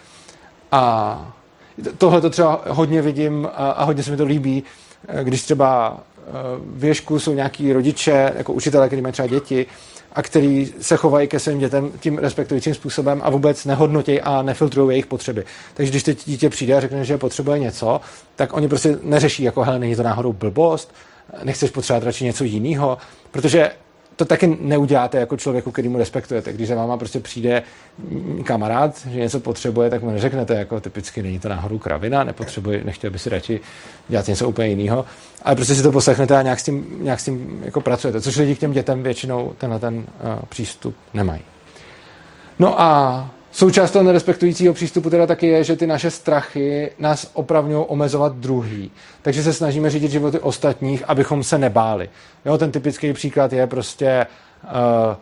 A tohle to třeba hodně vidím a, a hodně se mi to líbí, když třeba v Ježku jsou nějaký rodiče, jako učitelé, kteří mají třeba děti, a který se chovají ke svým dětem tím respektujícím způsobem a vůbec nehodnotí a nefiltrují jejich potřeby. Takže když teď dítě přijde a řekne, že potřebuje něco, tak oni prostě neřeší jako, hele, není to náhodou blbost, nechceš potřebovat radši něco jiného, protože to taky neuděláte jako člověku, kterýmu respektujete. Když za váma prostě přijde kamarád, že něco potřebuje, tak mu neřeknete, jako typicky není to náhodou kravina, nepotřebuje, nechtěl by si radši dělat něco úplně jiného, ale prostě si to poslechnete a nějak s tím, nějak s tím jako pracujete, což lidi k těm dětem většinou tenhle ten uh, přístup nemají. No a součást toho nerespektujícího přístupu teda taky je, že ty naše strachy nás opravňují omezovat druhý. Takže se snažíme řídit životy ostatních, abychom se nebáli. Jo, ten typický příklad je prostě uh,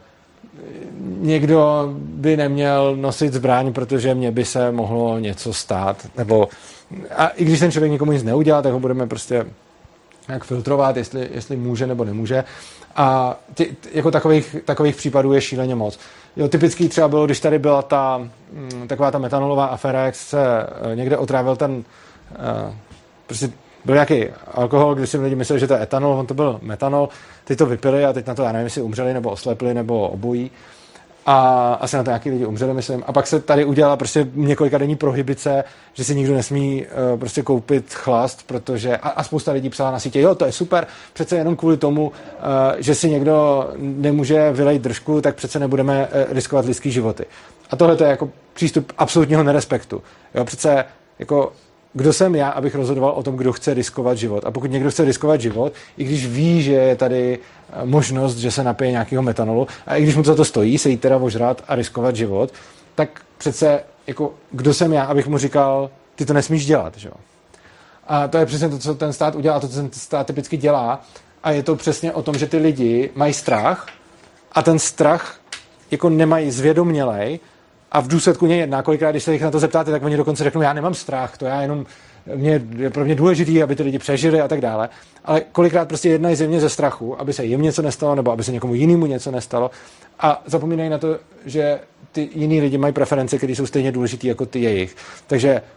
někdo by neměl nosit zbraň, protože mě by se mohlo něco stát. Nebo, a i když ten člověk nikomu nic neudělá, tak ho budeme prostě nějak filtrovat, jestli, jestli může nebo nemůže. A ty, jako takových, takových případů je šíleně moc. Jo, typický třeba bylo, když tady byla ta taková ta metanolová aféra, jak se někde otrávil ten uh, prostě byl nějaký alkohol, když si lidi mysleli, že to je etanol, on to byl metanol, teď to vypili a teď na to, já nevím, jestli umřeli nebo oslepli nebo obojí. A asi na to nějaký lidi umřeli, myslím. A pak se tady udělala prostě několika denní prohibice, že si nikdo nesmí uh, prostě koupit chlast, protože a, a spousta lidí psala na sítě, jo, to je super, přece jenom kvůli tomu, uh, že si někdo nemůže vylejt držku, tak přece nebudeme uh, riskovat lidský životy. A tohle to je jako přístup absolutního nerespektu. Jo, přece jako kdo jsem já, abych rozhodoval o tom, kdo chce riskovat život. A pokud někdo chce riskovat život, i když ví, že je tady možnost, že se napije nějakého metanolu, a i když mu to, to stojí, se jít teda ožrat a riskovat život, tak přece jako kdo jsem já, abych mu říkal, ty to nesmíš dělat. Že? A to je přesně to, co ten stát udělá, a to, co ten stát typicky dělá. A je to přesně o tom, že ty lidi mají strach a ten strach jako nemají zvědomělej, a v důsledku něj jedná. Kolikrát, když se jich na to zeptáte, tak oni dokonce řeknou, já nemám strach, to já jenom, mě, je pro mě důležitý, aby ty lidi přežili a tak dále. Ale kolikrát prostě jednají země ze strachu, aby se jim něco nestalo, nebo aby se někomu jinému něco nestalo. A zapomínají na to, že ty jiní lidi mají preference, které jsou stejně důležitý jako ty jejich. Takže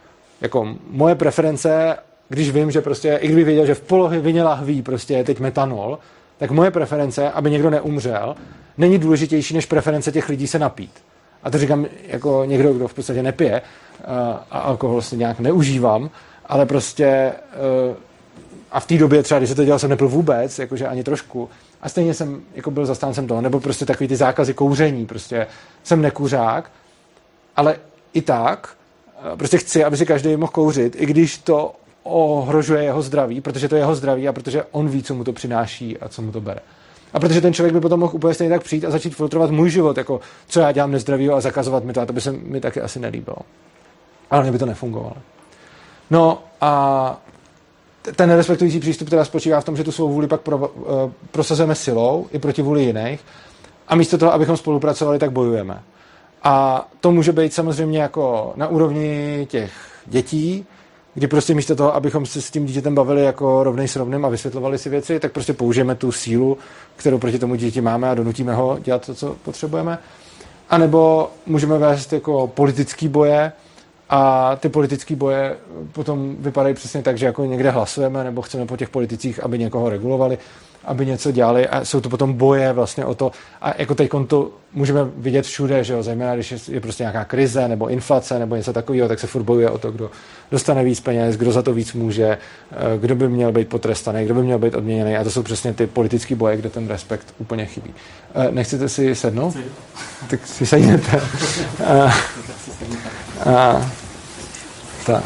jako moje preference, když vím, že prostě, i kdyby věděl, že v polovině lahví prostě je teď metanol, tak moje preference, aby někdo neumřel, není důležitější než preference těch lidí se napít. A to říkám jako někdo, kdo v podstatě nepije a alkohol si nějak neužívám, ale prostě a v té době třeba, když se to dělal, jsem nepil vůbec, jakože ani trošku. A stejně jsem jako byl zastáncem toho, nebo prostě takový ty zákazy kouření, prostě jsem nekuřák, ale i tak prostě chci, aby si každý mohl kouřit, i když to ohrožuje jeho zdraví, protože to je jeho zdraví a protože on ví, co mu to přináší a co mu to bere. A protože ten člověk by potom mohl úplně stejně tak přijít a začít filtrovat můj život, jako co já dělám nezdravýho a zakazovat mi to, a to by se mi taky asi nelíbilo. Ale mě by to nefungovalo. No a ten nerespektující přístup teda spočívá v tom, že tu svou vůli pak pro, uh, prosazujeme silou i proti vůli jiných a místo toho, abychom spolupracovali, tak bojujeme. A to může být samozřejmě jako na úrovni těch dětí, kdy prostě místo toho, abychom se s tím dítětem bavili jako rovnej s rovným a vysvětlovali si věci, tak prostě použijeme tu sílu, kterou proti tomu dítěti máme a donutíme ho dělat to, co potřebujeme. A nebo můžeme vést jako politický boje a ty politický boje potom vypadají přesně tak, že jako někde hlasujeme nebo chceme po těch politicích, aby někoho regulovali, aby něco dělali a jsou to potom boje vlastně o to a jako teď to můžeme vidět všude, že jo, zejména když je, je prostě nějaká krize nebo inflace nebo něco takového, tak se furt bojuje o to, kdo dostane víc peněz, kdo za to víc může, kdo by měl být potrestaný, kdo by měl být odměněný a to jsou přesně ty politické boje, kde ten respekt úplně chybí. Nechcete si sednout? Tak si sedněte. a, a, tak.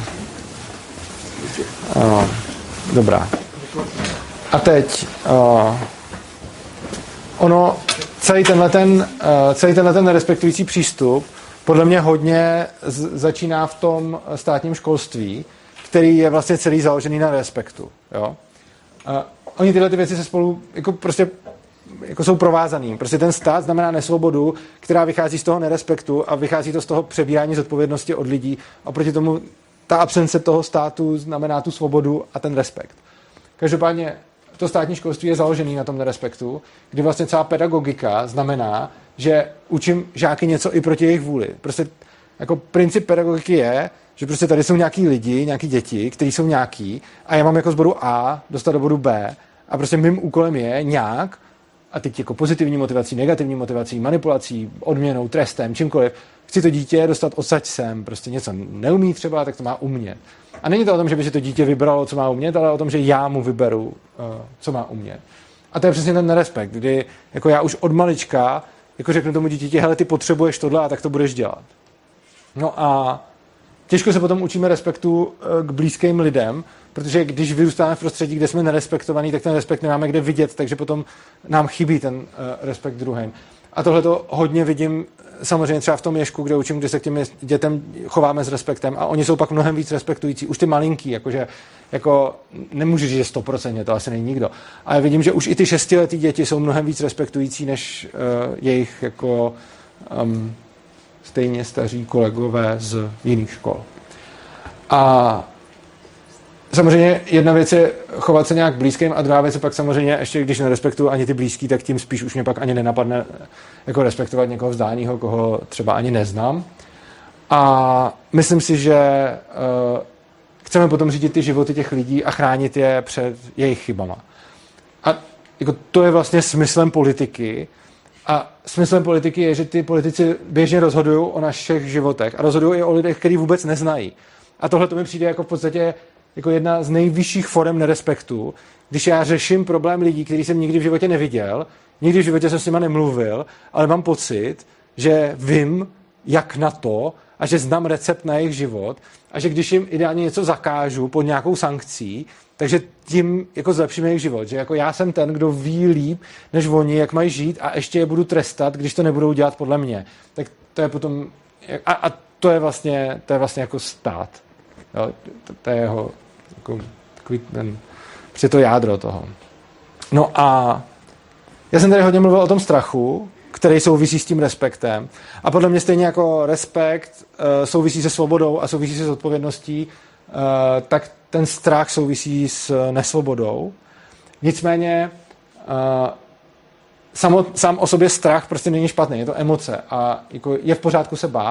A, dobrá. A teď uh, ono, celý tenhle ten, uh, celý tenhle ten nerespektující přístup podle mě hodně z- začíná v tom státním školství, který je vlastně celý založený na respektu. Jo? Uh, oni tyhle ty věci se spolu jako prostě jako jsou provázaný. Prostě ten stát znamená nesvobodu, která vychází z toho nerespektu a vychází to z toho přebírání zodpovědnosti od lidí a proti tomu ta absence toho státu znamená tu svobodu a ten respekt. Každopádně to státní školství je založený na tom nerespektu, kdy vlastně celá pedagogika znamená, že učím žáky něco i proti jejich vůli. Prostě jako princip pedagogiky je, že prostě tady jsou nějaký lidi, nějaký děti, kteří jsou nějaký a já mám jako z bodu A dostat do bodu B a prostě mým úkolem je nějak a teď jako pozitivní motivací, negativní motivací, manipulací, odměnou, trestem, čímkoliv, chci to dítě dostat odsaď sem, prostě něco neumí třeba, tak to má umět. A není to o tom, že by si to dítě vybralo, co má umět, ale o tom, že já mu vyberu, co má umět. A to je přesně ten nerespekt, kdy jako já už od malička jako řeknu tomu dítěti, hele, ty potřebuješ tohle a tak to budeš dělat. No a těžko se potom učíme respektu k blízkým lidem, protože když vyrůstáme v prostředí, kde jsme nerespektovaní, tak ten respekt nemáme kde vidět, takže potom nám chybí ten respekt druhým. A tohle to hodně vidím samozřejmě třeba v tom Ježku, kde učím, kde se k těm dětem chováme s respektem a oni jsou pak mnohem víc respektující. Už ty malinký, jakože jako nemůžu říct, že sto procent, to asi není nikdo. Ale vidím, že už i ty šestiletý děti jsou mnohem víc respektující než uh, jejich jako um, stejně staří kolegové z jiných škol. A samozřejmě jedna věc je chovat se nějak blízkým a druhá věc je pak samozřejmě, ještě když nerespektuju ani ty blízký, tak tím spíš už mě pak ani nenapadne jako respektovat někoho vzdáleného, koho třeba ani neznám. A myslím si, že uh, chceme potom řídit ty životy těch lidí a chránit je před jejich chybama. A jako to je vlastně smyslem politiky. A smyslem politiky je, že ty politici běžně rozhodují o našich životech a rozhodují i o lidech, který vůbec neznají. A tohle to mi přijde jako v podstatě jako jedna z nejvyšších forem nerespektu, když já řeším problém lidí, který jsem nikdy v životě neviděl, nikdy v životě jsem s nima nemluvil, ale mám pocit, že vím, jak na to a že znám recept na jejich život a že když jim ideálně něco zakážu pod nějakou sankcí, takže tím jako zlepším jejich život. Že jako já jsem ten, kdo ví líp, než oni, jak mají žít a ještě je budu trestat, když to nebudou dělat podle mě. Tak to je potom... A, a to je vlastně, to je vlastně jako stát. Jo? To, to je jeho jako, takový ten... Prostě to jádro toho. No a já jsem tady hodně mluvil o tom strachu, který souvisí s tím respektem. A podle mě stejně jako respekt uh, souvisí se svobodou a souvisí se s odpovědností, uh, tak ten strach souvisí s nesvobodou. Nicméně uh, samo, sám o sobě strach prostě není špatný, je to emoce a jako je v pořádku se bát,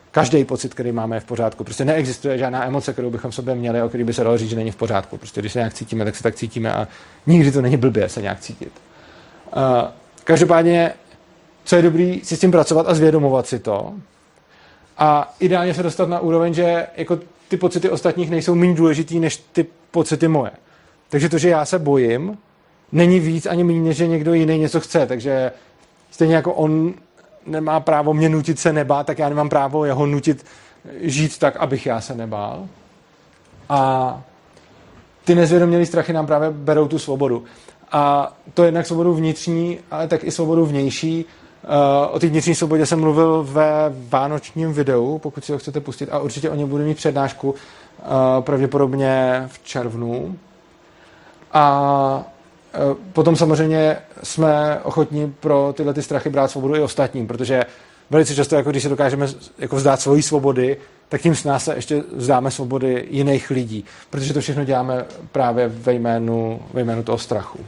Každý pocit, který máme, je v pořádku. Prostě neexistuje žádná emoce, kterou bychom v sobě měli, o který by se dalo říct, že není v pořádku. Prostě když se nějak cítíme, tak se tak cítíme a nikdy to není blbě se nějak cítit. Uh, každopádně, co je dobrý, si s tím pracovat a zvědomovat si to. A ideálně se dostat na úroveň, že jako ty pocity ostatních nejsou méně důležitý než ty pocity moje. Takže to, že já se bojím, není víc ani méně, než že někdo jiný něco chce. Takže stejně jako on nemá právo mě nutit se nebát, tak já nemám právo jeho nutit žít tak, abych já se nebál. A ty nezvědomělý strachy nám právě berou tu svobodu. A to jednak svobodu vnitřní, ale tak i svobodu vnější. O té vnitřní svobodě jsem mluvil ve vánočním videu, pokud si ho chcete pustit, a určitě o něm budu mít přednášku pravděpodobně v červnu. A potom samozřejmě jsme ochotní pro tyhle ty strachy brát svobodu i ostatním, protože velice často, jako když se dokážeme jako vzdát svojí svobody, tak tím s nás se ještě vzdáme svobody jiných lidí, protože to všechno děláme právě ve jménu, ve jménu toho strachu.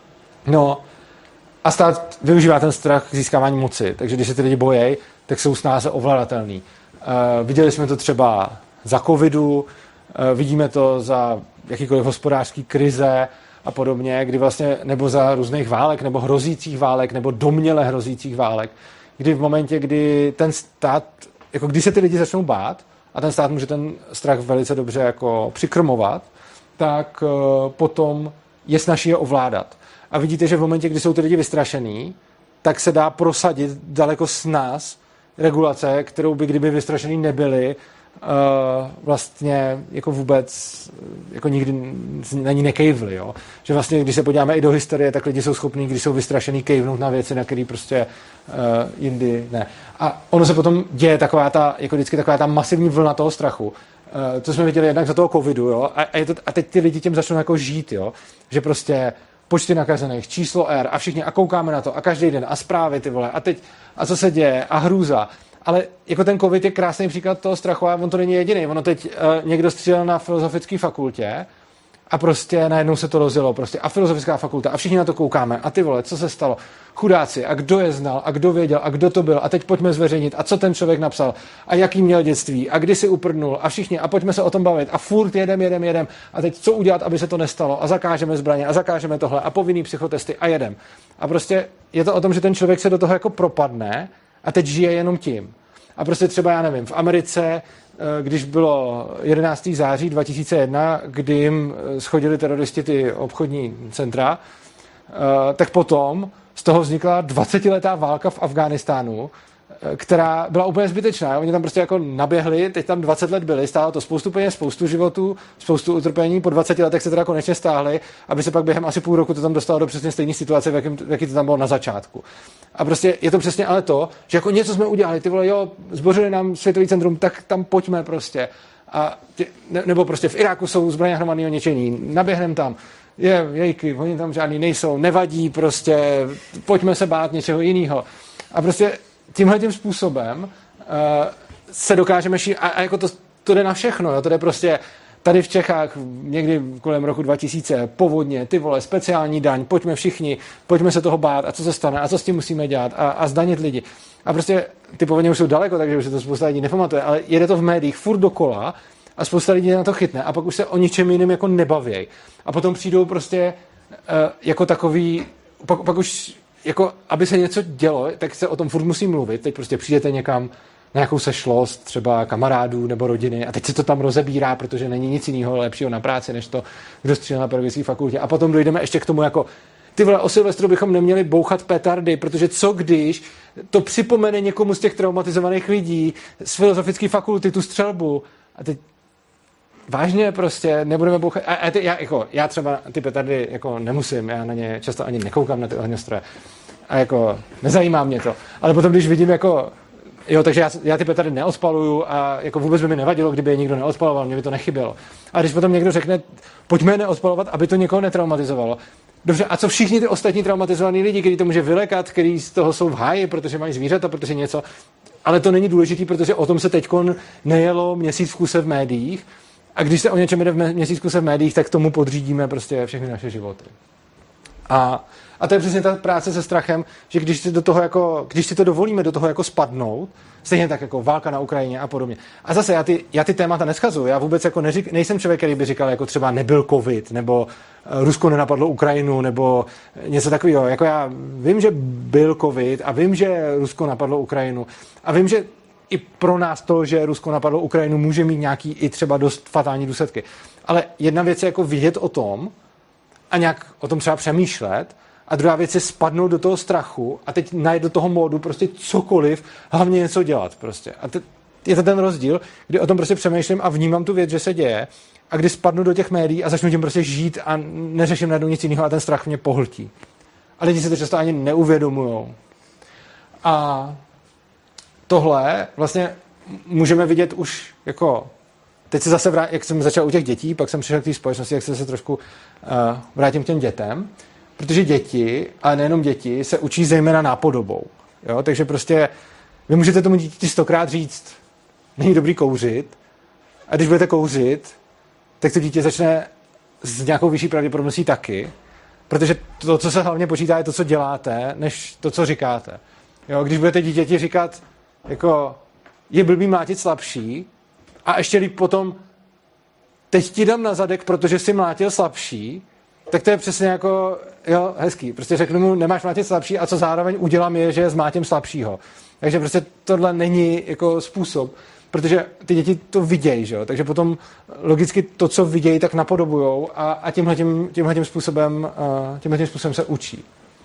No a stát využívá ten strach k získávání moci, takže když se ty lidi bojejí, tak jsou snáze ovladatelný. Uh, viděli jsme to třeba za covidu, uh, vidíme to za jakýkoliv hospodářský krize a podobně, kdy vlastně, nebo za různých válek, nebo hrozících válek, nebo domněle hrozících válek, kdy v momentě, kdy ten stát, jako když se ty lidi začnou bát, a ten stát může ten strach velice dobře jako přikrmovat, tak uh, potom je snazší je ovládat. A vidíte, že v momentě, kdy jsou ty lidi vystrašený, tak se dá prosadit daleko s nás regulace, kterou by, kdyby vystrašený nebyli, uh, vlastně jako vůbec jako nikdy na ní nekejvli. Jo? Že vlastně, když se podíváme i do historie, tak lidi jsou schopní, když jsou vystrašený, kejvnout na věci, na které prostě uh, jindy ne. A ono se potom děje taková ta, jako vždycky taková ta masivní vlna toho strachu. Uh, to jsme viděli jednak za toho covidu, jo? A, a, je to, a teď ty lidi tím začnou jako žít, jo? Že prostě počty nakažených, číslo R a všichni a koukáme na to a každý den a zprávy ty vole a teď a co se děje a hrůza. Ale jako ten covid je krásný příklad toho strachu a on to není jediný. Ono teď uh, někdo střílel na filozofické fakultě a prostě najednou se to rozjelo prostě a filozofická fakulta a všichni na to koukáme a ty vole, co se stalo? Chudáci a kdo je znal a kdo věděl a kdo to byl a teď pojďme zveřejnit a co ten člověk napsal a jaký měl dětství a kdy si uprdnul a všichni a pojďme se o tom bavit a furt jedem, jedem, jedem a teď co udělat, aby se to nestalo a zakážeme zbraně a zakážeme tohle a povinný psychotesty a jedem. A prostě je to o tom, že ten člověk se do toho jako propadne a teď žije jenom tím. A prostě třeba, já nevím, v Americe, když bylo jedenáctého září dva tisíce jedna, kdy jim schodili teroristi ty obchodní centra, tak potom z toho vznikla dvacetiletá válka v Afghánistánu, která byla úplně zbytečná. Oni tam prostě jako naběhli, teď tam dvacet let byli, stálo to spoustu peněz, spoustu životů, spoustu utrpení, po dvaceti letech se teda konečně stáhli, aby se pak během asi půl roku to tam dostalo do přesně stejné situace, v jakým, v jaký to tam bylo na začátku. A prostě je to přesně ale to, že jako něco jsme udělali, ty vole, jo, zbořili nám světový centrum, tak tam pojďme prostě. A tě, ne, nebo prostě v Iráku jsou zbraně hromadného ničení, naběhneme tam. Je, jejky, oni tam žádný nejsou, nevadí prostě, pojďme se bát něčeho jiného. A prostě tímhle tím způsobem uh, se dokážeme šít, a, a jako to, to jde na všechno, jo? To jde prostě tady v Čechách někdy kolem roku dva tisíce, povodně, ty vole, speciální daň, pojďme všichni, pojďme se toho bát a co se stane a co s tím musíme dělat a, a zdanit lidi. A prostě ty povodně už jsou daleko, takže už se to spousta lidí nepamatuje, ale jede to v médiích furt dokola a spousta lidí na to chytne a pak už se o ničem jiném jako nebavěj. A potom přijdou prostě uh, jako takový, pak, pak už jako, aby se něco dělo, tak se o tom furt musí mluvit. Teď prostě přijdete někam na nějakou sešlost, třeba kamarádů nebo rodiny a teď se to tam rozebírá, protože není nic jiného lepšího na práci, než to, kdo střílel na pedagogické fakultě. A potom dojdeme ještě k tomu jako, ty vole, o Silvestru bychom neměli bouchat petardy, protože co když to připomene někomu z těch traumatizovaných lidí z filozofické fakulty tu střelbu. A teď vážně prostě nebudeme bouchat. A, a ty, já, jako, já třeba ty petardy jako nemusím, já na ně často ani nekoukám na ty ohňostroje. A jako nezajímá mě to. Ale potom, když vidím jako, jo, takže já, já ty petardy neodpaluju a jako vůbec by mi nevadilo, kdyby je nikdo neodpaloval, mě by to nechybělo. A když potom někdo řekne, pojďme je neodpalovat, aby to někoho netraumatizovalo. Dobře, a co všichni ty ostatní traumatizovaní lidi, kteří to může vylekat, kteří z toho jsou v háji, protože mají zvířata, protože něco. Ale to není důležité, protože o tom se teďkon nejelo měsíc v kuse v médiích. A když se o něčem jde v měsícku se v médiích, tak tomu podřídíme prostě všechny naše životy. A, a to je přesně ta práce se strachem, že když si do toho jako, když si to dovolíme do toho jako spadnout, stejně tak jako válka na Ukrajině a podobně. A zase já ty, já ty témata neschazuju. Já vůbec jako neřík, nejsem člověk, který by říkal, jako třeba nebyl covid, nebo Rusko nenapadlo Ukrajinu, nebo něco takového. Jako já vím, že byl covid a vím, že Rusko napadlo Ukrajinu. A vím, že i pro nás to, že Rusko napadlo Ukrajinu, může mít nějaký i třeba dost fatální důsledky. Ale jedna věc je jako vědět o tom a nějak o tom třeba přemýšlet, a druhá věc je spadnout do toho strachu a teď najít do toho módu prostě cokoliv, hlavně něco dělat prostě. A te, je to ten rozdíl, kdy o tom prostě přemýšlím a vnímám tu věc, že se děje, a kdy spadnu do těch médií a začnu tím prostě žít a neřeším najednou nic jiného a ten strach mě pohltí. A lidi si to často ani neuvědomujou. A tohle vlastně můžeme vidět už jako... Teď se zase vrátím, jak jsem začal u těch dětí, pak jsem přišel k té společnosti, jak se zase trošku uh, vrátím k těm dětem. Protože děti, a nejenom děti, se učí zejména nápodobou. Jo? Takže prostě vy můžete tomu dítěti stokrát říct, není dobrý kouřit, a když budete kouřit, tak to dítě začne s nějakou vyšší pravděpodobností taky, protože to, co se hlavně počítá, je to, co děláte, než to, co říkáte. Jo? Když budete dítěti říkat, jako je blbý mlátit slabší, a ještě líp potom teď ti dám na zadek, protože jsi mlátil slabší, tak to je přesně jako, jo, hezký. Prostě řeknu mu, nemáš mlátit slabší a co zároveň udělám je, že zmátím slabšího. Takže prostě tohle není jako způsob, protože ty děti to vidějí, že jo. Takže potom logicky to, co vidějí, tak napodobujou a, a tímhletím, tímhletím způsobem, tímhletím způsobem se učí.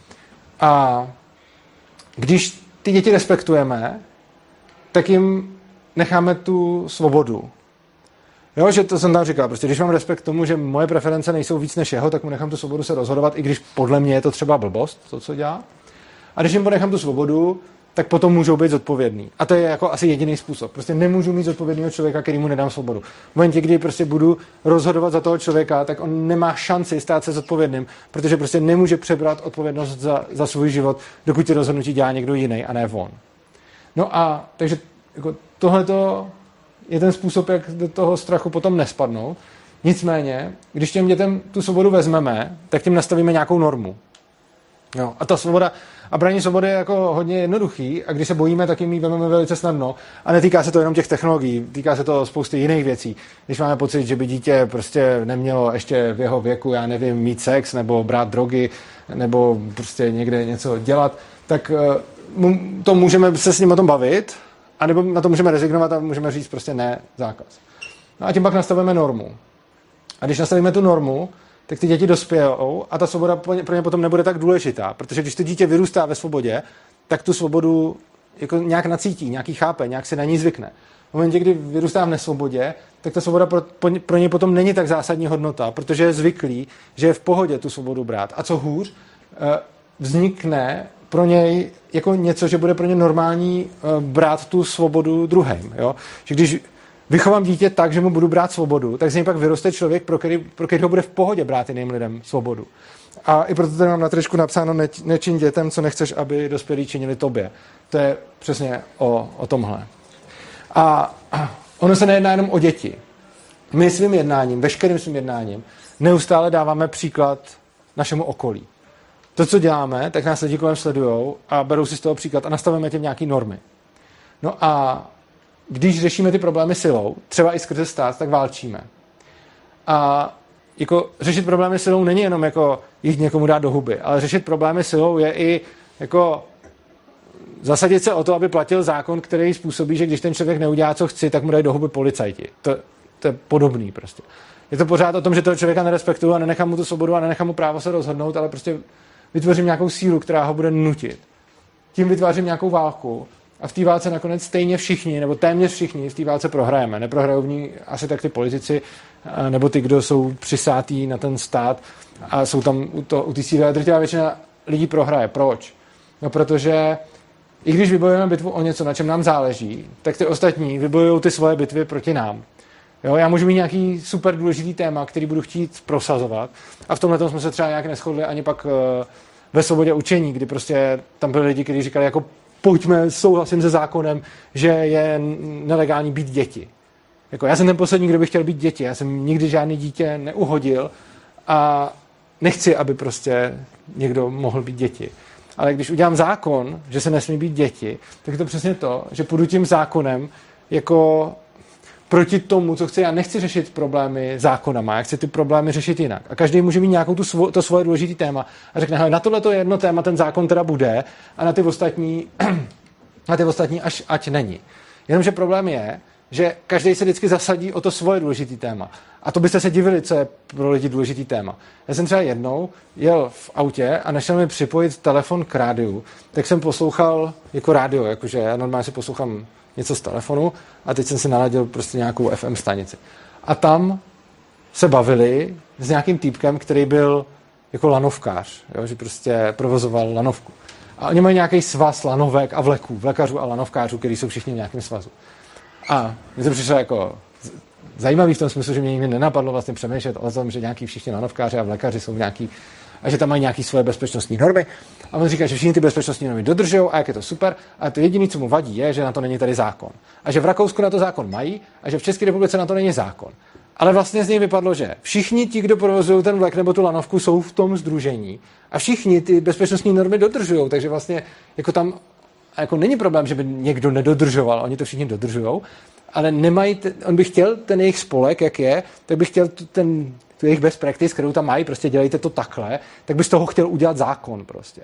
A když ty děti respektujeme, tak jim necháme tu svobodu. Jo, že to jsem tam říkal, prostě když mám respekt k tomu, že moje preference nejsou víc než jeho, tak mu nechám tu svobodu se rozhodovat, i když podle mě je to třeba blbost, to, co dělá. A když jim ponechám tu svobodu, tak potom můžou být zodpovědný. A to je jako asi jediný způsob. Prostě nemůžu mít zodpovědného člověka, kterýmu nedám svobodu. V momentě, kdy prostě budu rozhodovat za toho člověka, tak on nemá šanci stát se zodpovědným, protože prostě nemůže přebrat odpovědnost za, za svůj život, dokud ty rozhodnutí dělá někdo jiný a ne on. No a takže jako tohleto je ten způsob, jak do toho strachu potom nespadnout. Nicméně, když těm dětem tu svobodu vezmeme, tak tím nastavíme nějakou normu. Jo. A ta svoboda, a braní svobody je jako hodně jednoduchý, a když se bojíme, tak jim ji vezmeme velice snadno. A netýká se to jenom těch technologií, týká se to spousty jiných věcí. Když máme pocit, že by dítě prostě nemělo ještě v jeho věku, já nevím, mít sex, nebo brát drogy, nebo prostě někde něco dělat, tak to můžeme se s ním o tom bavit, a nebo na to můžeme rezignovat a můžeme říct prostě ne, zákaz. No a tím pak nastavíme normu. A když nastavíme tu normu, tak ty děti dospějou a ta svoboda pro ně potom nebude tak důležitá, protože když to dítě vyrůstá ve svobodě, tak tu svobodu jako nějak nacítí, nějaký chápe, nějak si na ní zvykne. V momentě, kdy vyrůstá v nesvobodě, tak ta svoboda pro, pro něj potom není tak zásadní hodnota, protože je zvyklý, že je v pohodě tu svobodu brát. A co hůř, vznikne pro něj jako něco, že bude pro ně normální brát tu svobodu druhým. Jo? Že když vychovám dítě tak, že mu budu brát svobodu, tak z něj pak vyroste člověk, pro který, pro kterého bude v pohodě brát jiným lidem svobodu. A i proto tady mám na tričku napsáno ne, nečin dětem, co nechceš, aby dospělí činili tobě. To je přesně o, o tomhle. A ono se nejedná jenom o děti. My svým jednáním, veškerým svým jednáním, neustále dáváme příklad našemu okolí. To, co děláme, tak nás lidi kolem sledujou a berou si z toho příklad a nastavíme těm nějaký normy. No a když řešíme ty problémy silou, třeba i skrze stát, tak válčíme. A jako řešit problémy silou není jenom jako jich někomu dát do huby, ale řešit problémy silou je i jako zasadit se o to, aby platil zákon, který způsobí, že když ten člověk neudělá, co chci, tak mu dají do huby policajti. To, to je podobný prostě. Je to pořád o tom, že toho člověka nerespektuju a nenechám mu tu svobodu a nenechám mu právo se rozhodnout, ale prostě vytvořím nějakou sílu, která ho bude nutit. Tím vytvářím nějakou válku a v té válce nakonec stejně všichni, nebo téměř všichni v té válce prohrajeme. Neprohrajou v ní asi tak ty politici, nebo ty, kdo jsou přisátí na ten stát a jsou tam u, to, u té síly. Drtivá většina lidí prohraje. Proč? No protože i když vybojujeme bitvu o něco, na čem nám záleží, tak ty ostatní vybojují ty svoje bitvy proti nám. Jo, já můžu mít nějaký super důležitý téma, který budu chtít prosazovat a v tomhle tom jsme se třeba nějak neshodli ani pak uh, ve svobodě učení, kdy prostě tam byli lidi, kteří říkali jako pojďme, souhlasím se zákonem, že je nelegální být děti. Jako já jsem ten poslední, kdo by chtěl být děti, já jsem nikdy žádný dítě neuhodil a nechci, aby prostě někdo mohl být děti. Ale když udělám zákon, že se nesmí být děti, tak je to přesně to, že půjdu tím zákonem jako proti tomu, co chci. Já nechci řešit problémy zákonama, já chci ty problémy řešit jinak. A každý může mít nějakou tu svo, to svoje důležité téma a řekne, hele, na tohleto jedno téma ten zákon teda bude a na ty ostatní, na ty ostatní až ať není. Jenomže problém je, že každý se vždycky zasadí o to svoje důležité téma. A to byste se divili, co je pro lidi důležitý téma. Já jsem třeba jednou jel v autě a nešel mi připojit telefon k rádiu, tak jsem poslouchal jako rádio, jakože já normálně si poslouchám něco z telefonu a teď jsem si naladil prostě nějakou F M stanici. A tam se bavili s nějakým týpkem, který byl jako lanovkář, jo, že prostě provozoval lanovku. A oni mají nějaký svaz lanovek a vleků, vlekařů a lanovkářů, kteří jsou všichni v nějakém svazu. A mně to přišlo jako zajímavý v tom smyslu, že mě nikdy nenapadlo vlastně přemýšlet o tom, že nějaký všichni lanovkáři a vlekaři jsou nějaký, a že tam mají nějaké svoje bezpečnostní normy. A on říká, že všichni ty bezpečnostní normy dodržují a jak je to super. A to jediné, co mu vadí, je, že na to není tady zákon. A že v Rakousku na to zákon mají a že v České republice na to není zákon. Ale vlastně z něj vypadlo, že všichni ti, kdo provozují ten vlek nebo tu lanovku, jsou v tom sdružení a všichni ty bezpečnostní normy dodržují. Takže vlastně jako tam jako není problém, že by někdo nedodržoval, oni to všichni dodržují, ale nemají, ten, on by chtěl ten jejich spolek, jak je, tak by chtěl ten, tu jejich best practice, kterou tam mají, prostě dělejte to takhle, tak by z toho chtěl udělat zákon prostě.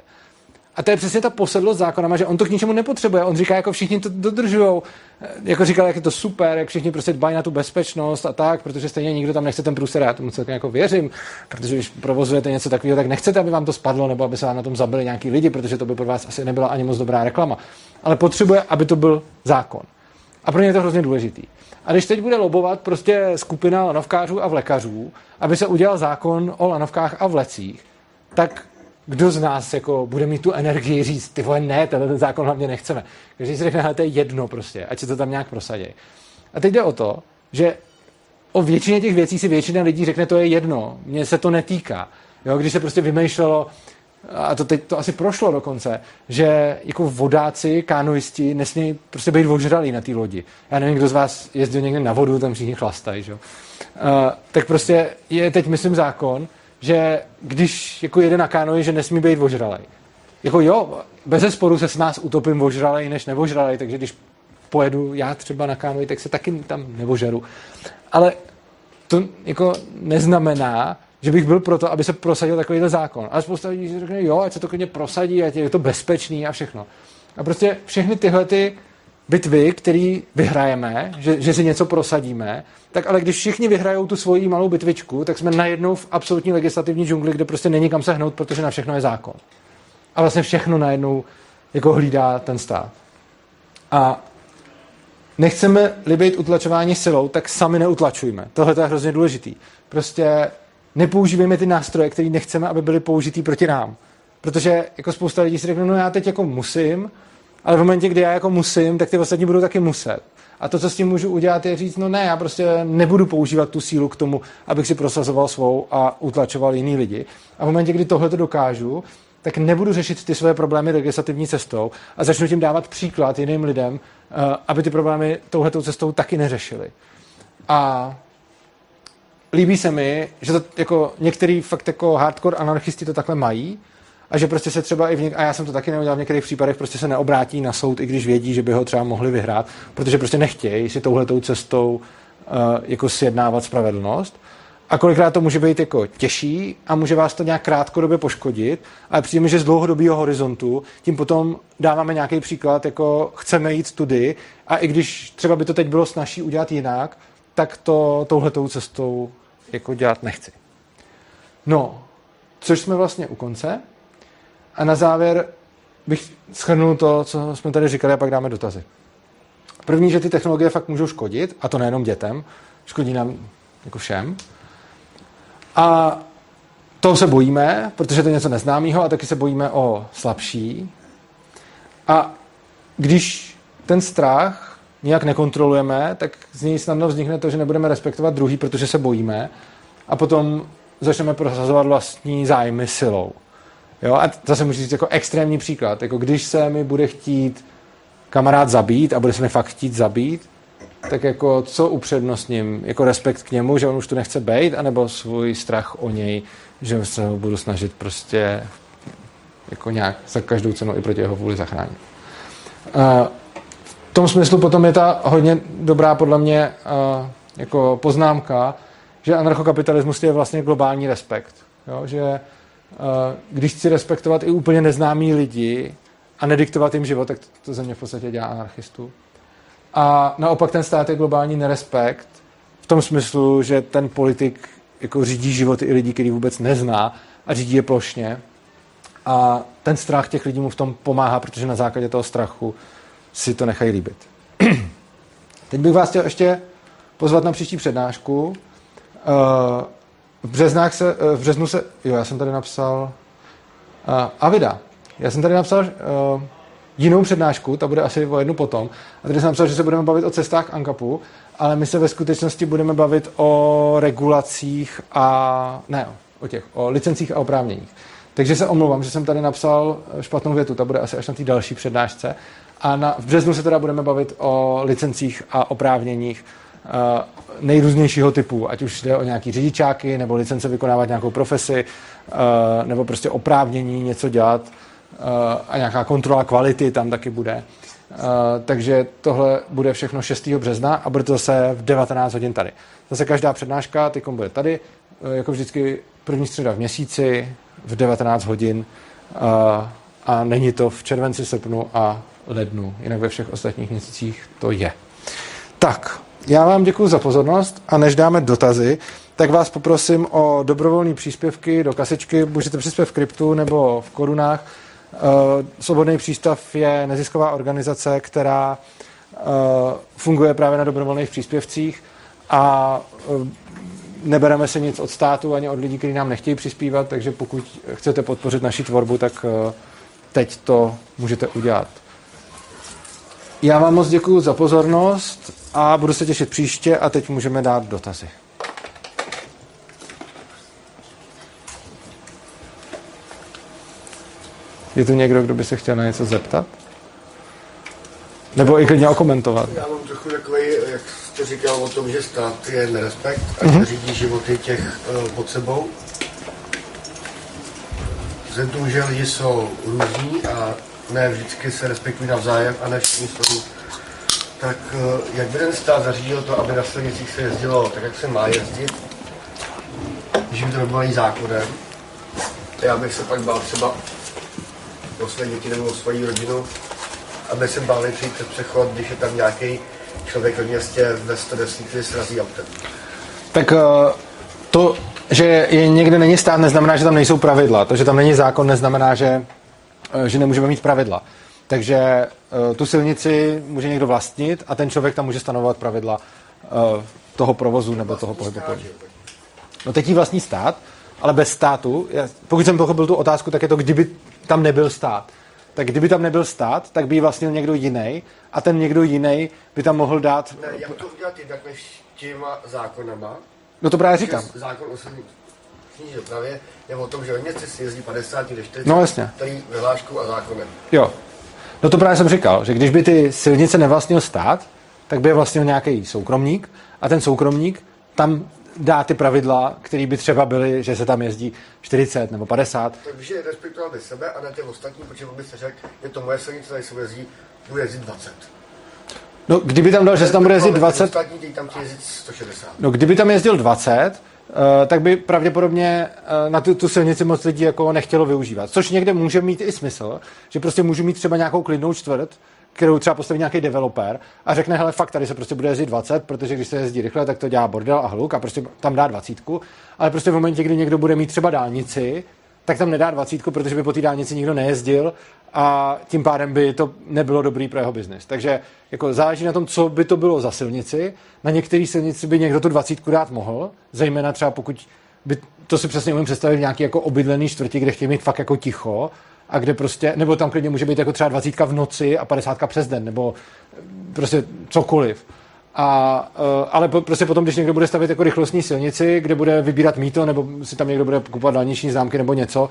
A to je přesně ta posedlost zákonama, že on to k ničemu nepotřebuje. On říká, jako všichni to dodržujou. Jako říkal, jak je to super, jak všichni prostě dbají na tu bezpečnost a tak, protože stejně nikdo tam nechce ten průser. Já tomu celkem jako věřím, protože když provozujete něco takového, tak nechcete, aby vám to spadlo nebo aby se vám na tom zabili nějaký lidi, protože to by pro vás asi nebyla ani moc dobrá reklama. Ale potřebuje, aby to byl zákon. A pro ně je to hrozně důležitý. A když teď bude lobovat prostě skupina lanovkářů a vlekařů, aby se udělal zákon o lanovkách a vlecích, tak kdo z nás jako bude mít tu energii říct, ty vole, ne, ten zákon hlavně nechceme. Takže si řekne, to je jedno prostě, ať se to tam nějak prosadí. A teď jde o to, že o většině těch věcí si většina lidí řekne, to je jedno, mně se to netýká. Jo, když se prostě vymýšlelo, a to teď to asi prošlo dokonce, že jako vodáci, kanoisti nesmí prostě být ožralí na té lodi. Já nevím, kdo z vás jezdil někde na vodu, tam všichni chlastají, že? Uh, tak prostě je teď, myslím, zákon, že když jako jede na kánoji, že nesmí být ožralej. Jako jo, bezesporu se s nás utopím ožralej než neožralej, takže když pojedu já třeba na kánoji, tak se taky tam neožeru. Ale to jako neznamená, že bych byl proto, aby se prosadil takovýhle zákon. Ale spousta lidí si řekne, jo, ať se to klidně prosadí, ať je to bezpečný a všechno. A prostě všechny tyhle ty bitvy, které vyhrajeme, že, že si něco prosadíme, tak ale když všichni vyhrajou tu svoji malou bitvičku, tak jsme najednou v absolutní legislativní džungli, kde prostě není kam se hnout, protože na všechno je zákon. A vlastně všechno najednou jako hlídá ten stát. A nechceme-li být utlačováni silou, tak sami neutlačujme. Tohle je hrozně důležitý. Prostě nepoužívejme ty nástroje, které nechceme, aby byly použitý proti nám. Protože jako spousta lidí si řekne, no já teď jako musím, ale v momentě, kdy já jako musím, tak ty ostatní budou taky muset. A to, co s tím můžu udělat, je říct, no ne, já prostě nebudu používat tu sílu k tomu, abych si prosazoval svou a utlačoval jiný lidi. A v momentě, kdy tohle to dokážu, tak nebudu řešit ty své problémy legislativní cestou a začnu tím dávat příklad jiným lidem, aby ty problémy touhletou cestou taky neřešili. A líbí se mi, že to jako některý fakt jako hardcore anarchisti to takhle mají, a že prostě se třeba i v něk- a já jsem to taky neudělal v některých případech, prostě se neobrátí na soud, i když vědí, že by ho třeba mohli vyhrát, protože prostě nechtějí si touhletou cestou uh, jako sjednávat spravedlnost. A kolikrát to může být jako těžší a může vás to nějak krátkodobě poškodit, ale přijde mi, že z dlouhodobého horizontu tím potom dáváme nějaký příklad, jako chceme jít tudy a i když třeba by to teď bylo snazší udělat jinak, tak to touhletou cestou jako dělat nechci. No, což jsme vlastně u konce. A na závěr bych shrnul to, co jsme tady říkali, a pak dáme dotazy. První, že ty technologie fakt můžou škodit, a to nejenom dětem, škodí nám jako všem. A toho se bojíme, protože to je něco neznámého, a taky se bojíme o slabší. A když ten strach nějak nekontrolujeme, tak z něj snadno vznikne to, že nebudeme respektovat druhý, protože se bojíme, a potom začneme prosazovat vlastní zájmy silou. Jo, a zase můžu říct jako extrémní příklad. Jako když se mi bude chtít kamarád zabít a bude se mi fakt chtít zabít, tak jako co upřednostním? Jako respekt k němu, že on už tu nechce bejt, anebo svůj strach o něj, že se ho budu snažit prostě jako nějak za každou cenu i proti jeho vůli zachránit. V tom smyslu potom je ta hodně dobrá podle mě jako poznámka, že anarchokapitalismus je vlastně globální respekt. Jo? Že když chci respektovat i úplně neznámý lidi a nediktovat jim život, tak to země v podstatě dělá anarchistů. A naopak ten stát je globální nerespekt v tom smyslu, že ten politik jako řídí životy i lidí, který vůbec nezná a řídí je plošně. A ten strach těch lidí mu v tom pomáhá, protože na základě toho strachu si to nechají líbit. Teď bych vás chtěl ještě pozvat na příští přednášku. V, březnách se, v březnu se... Jo, já jsem tady napsal... Avida. Já jsem tady napsal uh, jinou přednášku, ta bude asi o jednu potom. A tady jsem napsal, že se budeme bavit o cestách ANCAPu, ale my se ve skutečnosti budeme bavit o regulacích a... Ne, o těch, o licencích a oprávněních. Takže se omlouvám, že jsem tady napsal špatnou větu, ta bude asi až na té další přednášce. A na, v březnu se teda budeme bavit o licencích a oprávněních uh, nejrůznějšího typu, ať už jde o nějaký řidičáky, nebo licence vykonávat nějakou profesi, uh, nebo prostě oprávnění něco dělat uh, a nějaká kontrola kvality tam taky bude. Uh, takže tohle bude všechno šestého března a bude to zase v devatenáct hodin tady. Zase každá přednáška teď bude tady, uh, jako vždycky první středa v měsíci v devatenáct hodin uh, a není to v červenci, srpnu a lednu. Jinak ve všech ostatních měsících to je. Tak, já vám děkuji za pozornost a než dáme dotazy, tak vás poprosím o dobrovolné příspěvky do kasičky. Můžete přispět v kryptu nebo v korunách. Svobodný přístav je nezisková organizace, která funguje právě na dobrovolných příspěvcích a nebereme se nic od státu ani od lidí, kteří nám nechtějí přispívat, takže pokud chcete podpořit naši tvorbu, tak teď to můžete udělat. Já vám moc děkuji za pozornost a budu se těšit příště a teď můžeme dát dotazy. Je tu někdo, kdo by se chtěl na něco zeptat? Nebo i klidně okomentovat?
Já mám trochu takový, jak jste říkal o tom, že stát je nerespekt a mm-hmm. řídí životy těch uh, pod sebou. Vzhledem tomu, že lidi jsou různí a ne vždycky se respektují navzájem a ne všichni jsou, tak uh, jak by ten stát zařídil to, aby na silnicích se jezdilo tak, jak se má jezdit, když by to nebylo ani zákonem. Já bych se pak bál třeba o své děti nebo o svoji rodinu, aby se báli přijít před přechod, když je tam nějaký člověk ve městě ve sto deset, který srazí autem.
Tak to, že je někde není stát, neznamená, že tam nejsou pravidla. To, že tam není zákon, neznamená, že, že nemůžeme mít pravidla. Takže tu silnici může někdo vlastnit a ten člověk tam může stanovovat pravidla toho provozu nebo toho pohybu. No teď jí vlastní stát, ale bez státu, pokud jsem pochopil tu otázku, tak je to, kdyby tam nebyl stát. Tak kdyby tam nebyl stát, tak by ji vlastnil někdo jiný a ten někdo jiný by tam mohl dát...
Ne, jak to udělat jinak než těma zákonama?
No to právě říkám.
Zákon o silniční dopravě je o tom, že ve městě si jezdí padesát, než čtyřicet,
no, jasně.
Tady vyhláškou a zákonem.
Jo. No to právě jsem říkal, že když by ty silnice nevlastnil stát, tak by je vlastnil nějaký soukromník a ten soukromník tam dá ty pravidla, které by třeba byly, že se tam jezdí čtyřicet nebo padesát.
Takže respektoval by sebe a ne ty ostatní, protože by se řekl, je to moje silnice, tady se jezdí, bude jezdit dvacet.
No, kdyby tam dal, že se tam bude jezdit dvacet...
Ostatní, tam chtějí jezdit sto šedesát.
No, kdyby tam jezdil dvacet, uh, tak by pravděpodobně uh, na tu, tu silnici moc lidí jako nechtělo využívat. Což někde může mít i smysl, že prostě můžu mít třeba nějakou klidnou čtvrt, kterou třeba postaví nějaký developer a řekne, hele, fakt, tady se prostě bude jezdit dvacet, protože když se jezdí rychle, tak to dělá bordel a hluk a prostě tam dá dvacítku, ale prostě v momentě, kdy někdo bude mít třeba dálnici, tak tam nedá dvacítku, protože by po té dálnici nikdo nejezdil a tím pádem by to nebylo dobrý pro jeho biznis. Takže jako záleží na tom, co by to bylo za silnici. Na některé silnici by někdo tu dvacítku dát mohl, zejména třeba pokud by, to si přesně umím představit v nějaký jako obydlený čtvrti, kde chtějí mít fakt jako ticho, a kde prostě, nebo tam klidně může být jako třeba dvacítka v noci a padesátka přes den, nebo prostě cokoliv. A, ale prostě potom, když někdo bude stavět jako rychlostní silnici, kde bude vybírat mýto, nebo si tam někdo bude kupovat dálniční známky nebo něco,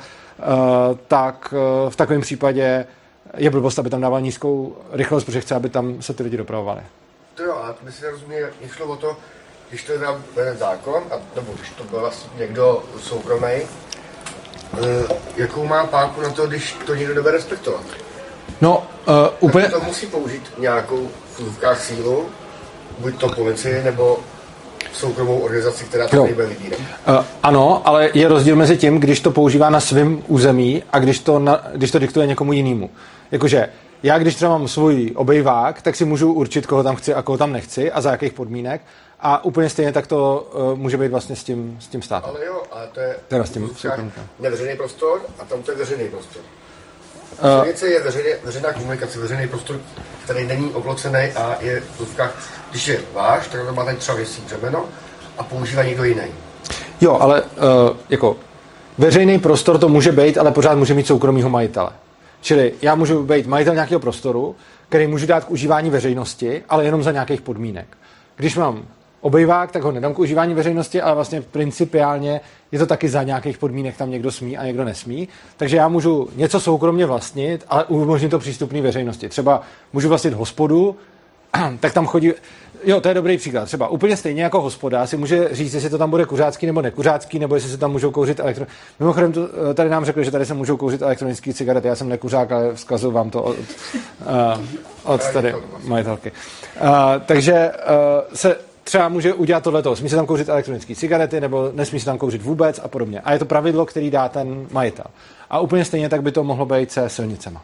tak v takovém případě je blbost, aby tam dával nízkou rychlost, protože chce, aby tam se ty lidi dopravovali.
To jo, ale my si nerozuměli, jak šlo o to, když to je tam zákon, a, nebo když to byl vlastně někdo soukromý, Uh, jakou má páku na to, když to někdo nebude respektovat?
No, uh, úplně...
Tak to musí použít nějakou v úzovkách sílu, buď to policii, nebo soukromou organizaci, která to nejde vybírat.
Uh, ano, ale je rozdíl mezi tím, když to používá na svém území a když to, na, když to diktuje někomu jinému. Jakože já, když třeba mám svůj obejvák, tak si můžu určit, koho tam chci a koho tam nechci a za jakých podmínek. A úplně stejně tak to uh, může být vlastně s tím, s tím státem.
Ale jo, ale to je
teda s tím
neveřejný prostor a tam to je veřejný prostor. Silnice uh, je veřejně, veřejná komunikace, veřejný prostor, který není oblocený a je v úzkách, když je váš, tak to má ten třeba věsí břemeno a používá někdo jiný.
Jo, ale uh, jako veřejný prostor to může být, ale pořád může mít soukromýho majitele. Čili já můžu být majitel nějakého prostoru, který můžu dát k užívání veřejnosti, ale jenom za nějakých podmínek. Když mám obejvák, tak ho nedám k užívání veřejnosti, ale vlastně principiálně je to taky za nějakých podmínek, tam někdo smí a někdo nesmí. Takže já můžu něco soukromně vlastnit, ale umožnit to přístupné veřejnosti. Třeba můžu vlastnit hospodu, tak tam chodí... Jo, to je dobrý příklad. Třeba úplně stejně jako hospoda si může říct, jestli to tam bude kuřácký nebo nekuřácký, nebo jestli se tam můžou kouřit elektro... Mimochodem, to, tady nám řekli, že tady se můžou kouřit elektronické cigarety. Já jsem nekuřák, ale vzkazuju vám to od, uh, od tady majitelky. Uh, takže uh, se třeba může udělat tohleto. Smí se tam kouřit elektronické cigarety, nebo nesmí se tam kouřit vůbec a podobně. A je to pravidlo, který dá ten majitel. A úplně stejně tak by to mohlo být se silnicema.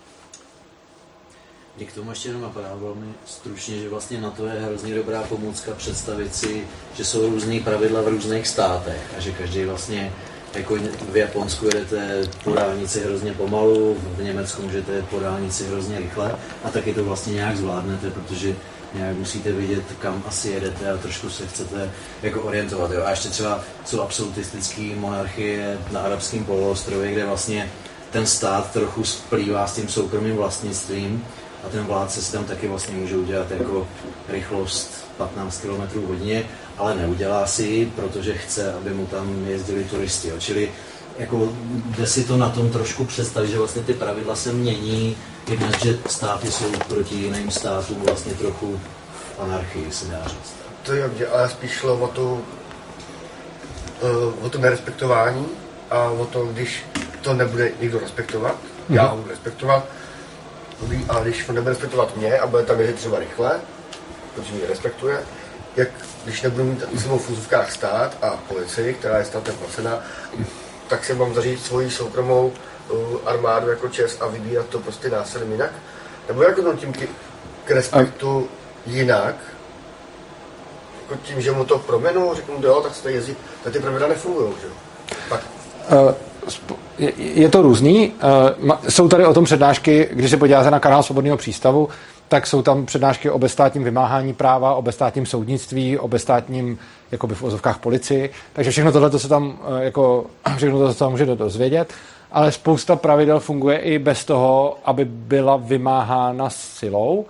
Mě k tomu ještě jenom napadá velmi stručně, že vlastně na to je hrozně dobrá pomůcka představit si, že jsou různé pravidla v různých státech a že každý vlastně, jako v Japonsku jedete po dálnici hrozně pomalu, v Německu můžete jet po dálnici hrozně rychle a taky to vlastně nějak zvládnete, protože nějak musíte vidět, kam asi jedete a trošku se chcete jako orientovat. Jo? A ještě třeba jsou absolutistické monarchie na arabském poloostrově, kde vlastně ten stát trochu splývá s tím soukromým vlastnictvím a ten vládce si tam taky vlastně může udělat jako rychlost patnáct kilometrů hodině, ale neudělá si ji, protože chce, aby mu tam jezdili turisti. Jo? Čili jako jde si to na tom trošku představit, že vlastně ty pravidla se mění, jednak, že státy jsou proti jiným státům vlastně trochu v anarchii, se dá říct.
To je, ale spíš šlo o to, uh, o to nerespektování a o to, když to nebude někdo respektovat, mm-hmm. já ho budu respektovat, a když to nebude respektovat mě a bude tam jezdit třeba rychle, protože mě respektuje, jak když nebudu mít sebou v úzovkách stát a policii, která je státem placená, tak si mám zařídit svoji soukromou uh, armádu jako čest a vybírat to prostě násilím jinak? Nebo jako nutím k, k respektu a... jinak? Jako tím, že mu to promenu, řeknu, jo, tak se to jezdí, tak ty pravidla nefungují, že jo? Pak...
Uh, je, je to různý. Uh, jsou tady o tom přednášky, když se podíváte na kanál Svobodného přístavu, tak jsou tam přednášky o bezstátním vymáhání práva, o bezstátním soudnictví, o bezstátním jakoby v ozovkách policii. Takže všechno tohle se tam jako všechno tohle se tam můžete dozvědět, ale spousta pravidel funguje i bez toho, aby byla vymáhána silou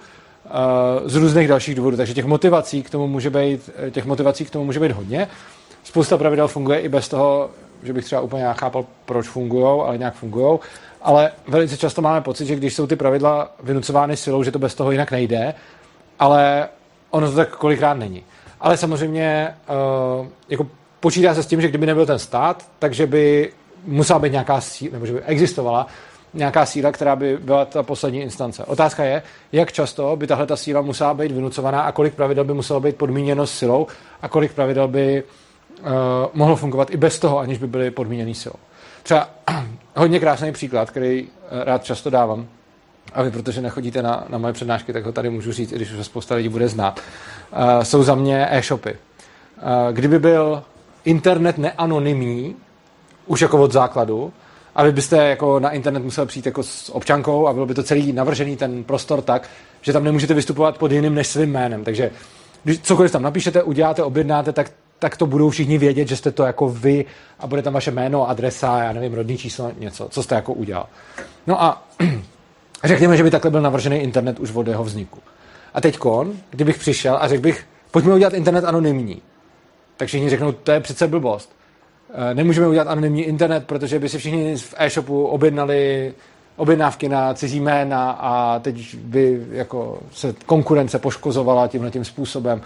z různých dalších důvodů. Takže těch motivací k tomu může být těch motivací k tomu může být hodně. Spousta pravidel funguje i bez toho, že bych třeba úplně chápal, proč fungujou, ale nějak fungujou. Ale velice často máme pocit, že když jsou ty pravidla vynucovány silou, že to bez toho jinak nejde, ale ono to tak kolikrát není. Ale samozřejmě uh, jako počítá se s tím, že kdyby nebyl ten stát, takže by musela být nějaká síla, nebo že by existovala nějaká síla, která by byla ta poslední instance. Otázka je, jak často by tahle ta síla musela být vynucovaná a kolik pravidel by muselo být podmíněno silou a kolik pravidel by uh, mohlo fungovat i bez toho, aniž by byly podmíněný silou. Třeba hodně krásný příklad, který rád často dávám, a vy, protože nechodíte na, na moje přednášky, tak ho tady můžu říct, i když už spousta lidí bude znát, uh, jsou za mě e-shopy. Uh, kdyby byl internet neanonymní, už jako od základu, a vy byste jako na internet musel přijít jako s občankou a bylo by to celý navržený ten prostor tak, že tam nemůžete vystupovat pod jiným než svým jménem. Takže když cokoliv tam napíšete, uděláte, objednáte, tak tak to budou všichni vědět, že jste to jako vy a bude tam vaše jméno, adresa, já nevím, rodný číslo, něco, co jste jako udělal. No a řekněme, že by takhle byl navržený internet už od jeho vzniku. A teďkon, kdybych přišel a řekl bych, pojďme udělat internet anonymní, tak všichni řeknou, to je přece blbost. Nemůžeme udělat anonymní internet, protože by si všichni v e-shopu objednali objednávky na cizí jména a teď by jako se konkurence poškozovala tímhletím způsobem.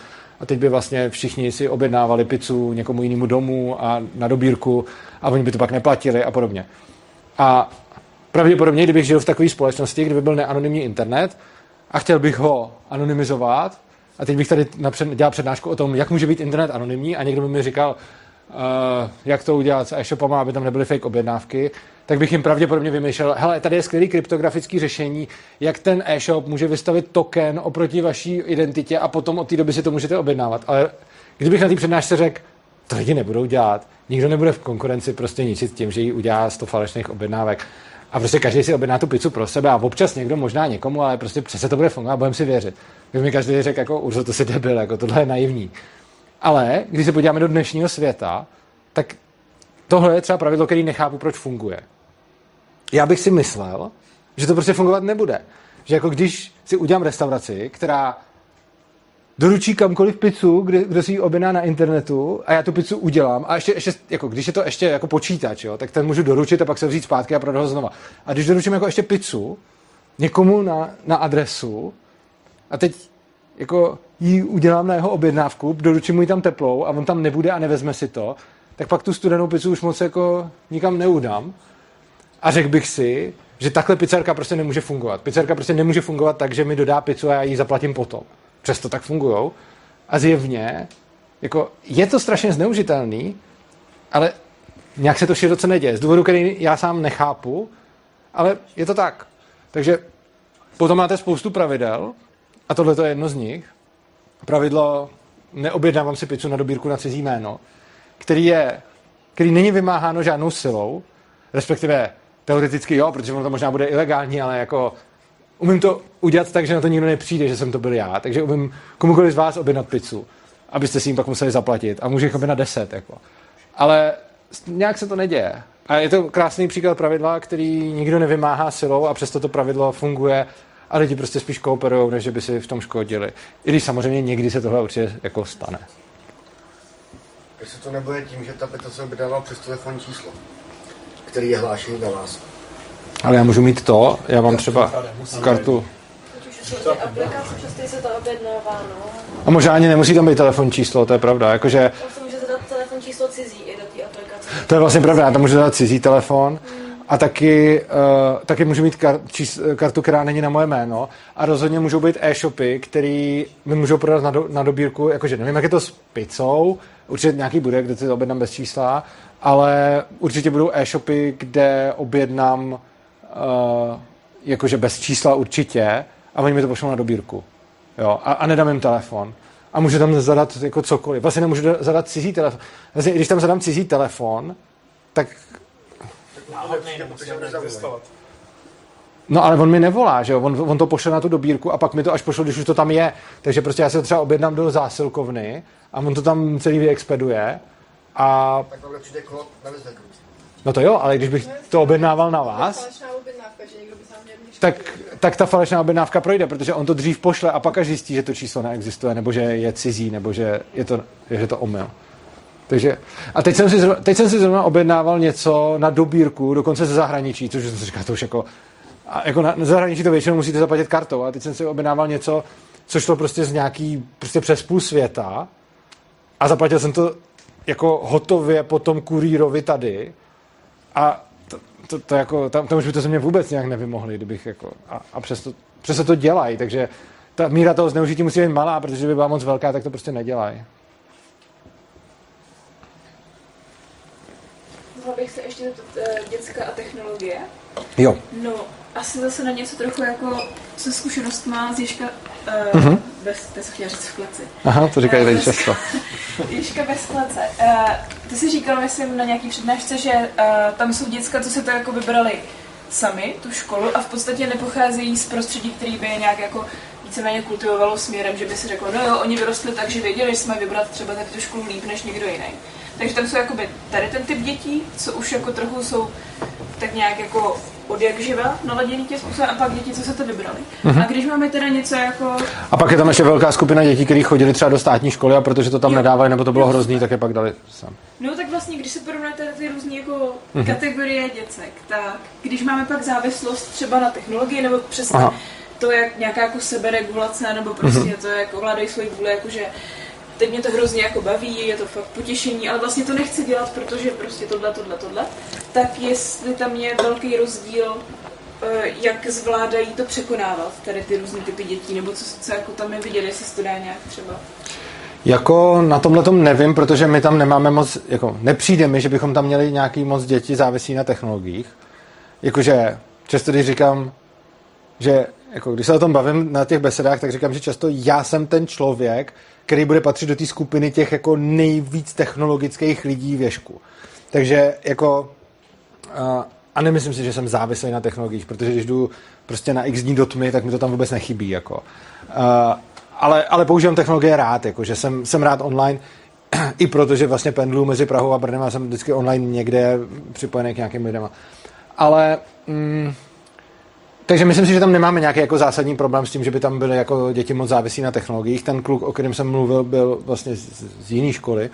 a teď by vlastně všichni si objednávali pizzu někomu jinému domů a na dobírku a oni by to pak neplatili a podobně. A pravděpodobně, kdybych žil v takové společnosti, kde by byl neanonymní internet a chtěl bych ho anonymizovat, a teď bych tady napřed, dělal přednášku o tom, jak může být internet anonymní a někdo by mi říkal, uh, jak to udělat s e-shopama, aby tam nebyly fake objednávky, tak bych jim pravděpodobně vymýšlel, hele, tady je skvělý kryptografický řešení, jak ten e-shop může vystavit token oproti vaší identitě a potom od té doby si to můžete objednávat. Ale kdybych na té přednášce řekl, to lidi nebudou dělat, nikdo nebude v konkurenci prostě ničit tím, že jí udělá sto falešných objednávek. A prostě každý si objedná tu pizzu pro sebe a občas někdo možná někomu, ale prostě přece to bude fungovat, budeme si věřit. Kdyby mi každý řekl, jako Urzo, to si debil, jako tohle je naivní. Ale když se podíváme do dnešního světa, tak tohle je třeba pravidlo, který nechápu, proč funguje. Já bych si myslel, že to prostě fungovat nebude. Že jako když si udělám restauraci, která doručí kamkoliv pizzu, kdy, kdo si ji objedná na internetu a já tu pizzu udělám a ještě, ještě jako, když je to ještě jako počítač, jo, tak ten můžu doručit a pak se vzít zpátky a prodat ho znova. A když doručím jako ještě pizzu někomu na, na adresu a teď jako ji udělám na jeho objednávku, doručím mu ji tam teplou a on tam nebude a nevezme si to, tak pak tu studenou pizzu už moc jako nikam neudám. A řekl bych si, že takhle pizzerka prostě nemůže fungovat. Pizzerka prostě nemůže fungovat tak, že mi dodá pizzu a já ji zaplatím potom. Přesto tak fungujou. A zjevně, jako je to strašně zneužitelný, ale nějak se to široce neděje. Z důvodu, který já sám nechápu, ale je to tak. Takže potom máte spoustu pravidel a tohle je jedno z nich. Pravidlo neobjednávám si pizzu na dobírku na cizí jméno, který je, který není vymáháno žádnou silou, respektive teoreticky jo, protože ono to možná bude ilegální, ale jako umím to udělat tak, že na to nikdo nepřijde, že jsem to byl já, takže umím komukoliv z vás objednat pizzu, abyste si jim pak museli zaplatit a můžu jich objednat deset, jako. Ale nějak se to neděje. A je to krásný příklad pravidla, který nikdo nevymáhá silou a přesto to pravidlo funguje a lidi prostě spíš kooperujou, než by si v tom škodili. I když samozřejmě někdy se tohle určitě jako stane.
Jestli to nebude tím, že ta pizza se objednává přes telefonní číslo, který je hlášený na vás.
Ale já můžu mít to, já mám třeba kartu.
Aplikace, přes se to objednává, no.
A možná ani nemusí tam být telefonní číslo, to je pravda. Jakože
Tam se může zadat telefonní číslo cizí i do té aplikace.
to je vlastně pravda, já tam můžu dát cizí telefon a taky, uh, taky můžu mít kar- čís, kartu, která není na moje jméno a rozhodně můžou být e-shopy, který mi můžou prodat na, do, na dobírku, jakože nevím, jak je to s pizzou, určitě nějaký bude, kde si to objednám bez čísla, ale určitě budou e-shopy, kde objednám uh, jakože bez čísla určitě a oni mi to pošlou na dobírku. Jo, a, a nedám jim telefon. A můžu tam zadat jako cokoliv. Vlastně nemůžu zadat cizí telefon. Vlastně, když tam zadám cizí telefon, tak... No ale on mi nevolá, že jo? On, on to pošle na tu dobírku a pak mi to až pošle, když už to tam je. Takže prostě já se to třeba objednám do zásilkovny a on to tam celý vyexpeduje a...
Tak vám přijde kolo na vyzvednutí.
No to jo, ale když bych to objednával na vás, tak, tak ta falešná objednávka projde, protože on to dřív pošle a pak až zjistí, že to číslo neexistuje, nebo že je cizí, nebo že je to, že to omyl. Takže, a teď jsem, si zrovna, teď jsem si zrovna objednával něco na dobírku, dokonce ze zahraničí, což jsem si říkal, to už jako, a jako na, na zahraničí to většinou musíte zaplatit kartou, a teď jsem si objednával něco, co šlo prostě z nějaký, prostě přes půl světa a zaplatil jsem to jako hotově potom kurýrovi tady a to, to, to jako, tam, tam už by to ze mě vůbec nějak nevymohli, kdybych jako, a, a přesto, přesto to dělají, takže ta míra toho zneužití musí být malá, protože by byla moc velká, tak to prostě nedělají.
Mohla bych se ještě zeptat uh, dětská a technologie.
Jo.
No, asi zase na něco trochu jako se zkušenostma z Ježka uh,
uh-huh.
bez, to jsem chtěla říct v kleci.
Aha, to říkají tady
uh,
často.
Ježka bez klece. Uh, ty jsi říkal, myslím, na nějaký přednášce, že uh, tam jsou děcka, co se to jako vybrali sami, tu školu, a v podstatě nepocházejí z prostředí, který by je nějak jako víceméně kultivovalo směrem, že by si řeklo, no jo, oni vyrostli tak, že věděli, že jsme vybrat třeba tak tu školu líp než někdo jiný. Takže tam jsou jakoby tady ten typ dětí, co už jako trochu jsou tak nějak jako od jak živa naladěný tím způsobem, a pak děti, co se to vybrali. Mm-hmm. A když máme teda něco jako... A
pak je tam ještě velká skupina dětí, kteří chodili třeba do státní školy a protože to tam jo. nedávali, nebo to bylo hrozný, tak je pak dali sám.
No tak vlastně, když se porovnáte ty různé jako mm-hmm. kategorie děcek, tak když máme pak závislost třeba na technologii, nebo přesně Aha. to, jak nějaká jako seberegulace, nebo prostě mm-hmm. to, jak ovládají svoji vůli, jakože teď mě to hrozně jako baví, je to fakt potěšení, ale vlastně to nechci dělat, protože prostě tohle, tohle, tohle, tak jestli tam je velký rozdíl, jak zvládají to překonávat, tady ty různé typy dětí, nebo co, co jako tam je vidět, jestli se to dá nějak třeba.
Jako na tomhle tom nevím, protože my tam nemáme moc, jako nepřijde mi, že bychom tam měli nějaký moc děti závisí na technologiích. Jakože často, když říkám, že jako když se o tom bavím na těch besedách, tak říkám, že často já jsem ten člověk, který bude patřit do té skupiny těch jako nejvíc technologických lidí věšku. Takže jako uh, a nemyslím si, že jsem závislý na technologiích, protože když jdu prostě na x dní do tmy, tak mi to tam vůbec nechybí. Jako. Uh, ale, ale používám technologie rád, jako, že jsem, jsem rád online, i protože vlastně pendluji mezi Prahou a Brnem a jsem vždycky online někde připojený k nějakým lidem. Ale mm, takže myslím si, že tam nemáme nějaký jako zásadní problém s tím, že by tam byly jako děti moc závisí na technologiích. Ten kluk, o kterém jsem mluvil, byl vlastně z, z jiné školy.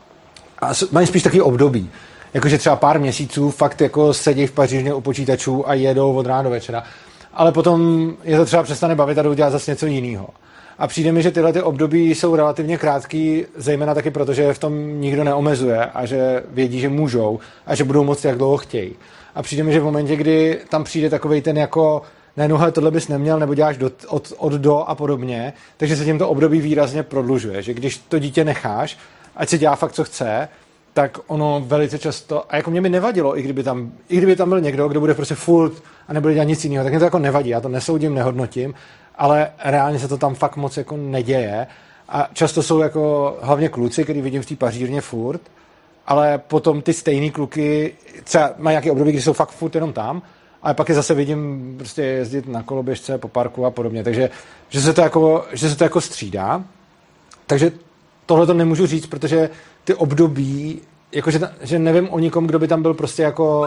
A mají spíš takový období. Jakože třeba pár měsíců fakt jako sedí v pařížně u počítačů a jedou od rána do večera. Ale potom je to třeba přestane bavit a jdou dělat zase něco jiného. A přijde mi, že tyhle ty období jsou relativně krátký, zejména taky proto, že v tom nikdo neomezuje a že vědí, že můžou a že budou moct jak dlouho chtějí. A přijde mi, že v momentě, kdy tam přijde takovej ten jako ne, no, tohle bys neměl, nebo děláš do, od, od do a podobně, takže se tím to období výrazně prodlužuje. Že když to dítě necháš, ať se dělá fakt, co chce, tak ono velice často, a jako mě by nevadilo, i kdyby tam, i kdyby tam byl někdo, kdo bude prostě furt a nebude dělat nic jiného, tak mě to jako nevadí, já to nesoudím, nehodnotím, ale reálně se to tam fakt moc jako neděje a často jsou jako hlavně kluci, který vidím v té pařírně furt, ale potom ty stejný kluky třeba mají nějaký období, kdy jsou fakt furt jenom tam, ale pak je zase vidím prostě jezdit na koloběžce po parku a podobně, takže že se to jako, že se to jako střídá, takže tohle to nemůžu říct, protože ty období, jakože že nevím o nikom, kdo by tam byl prostě jako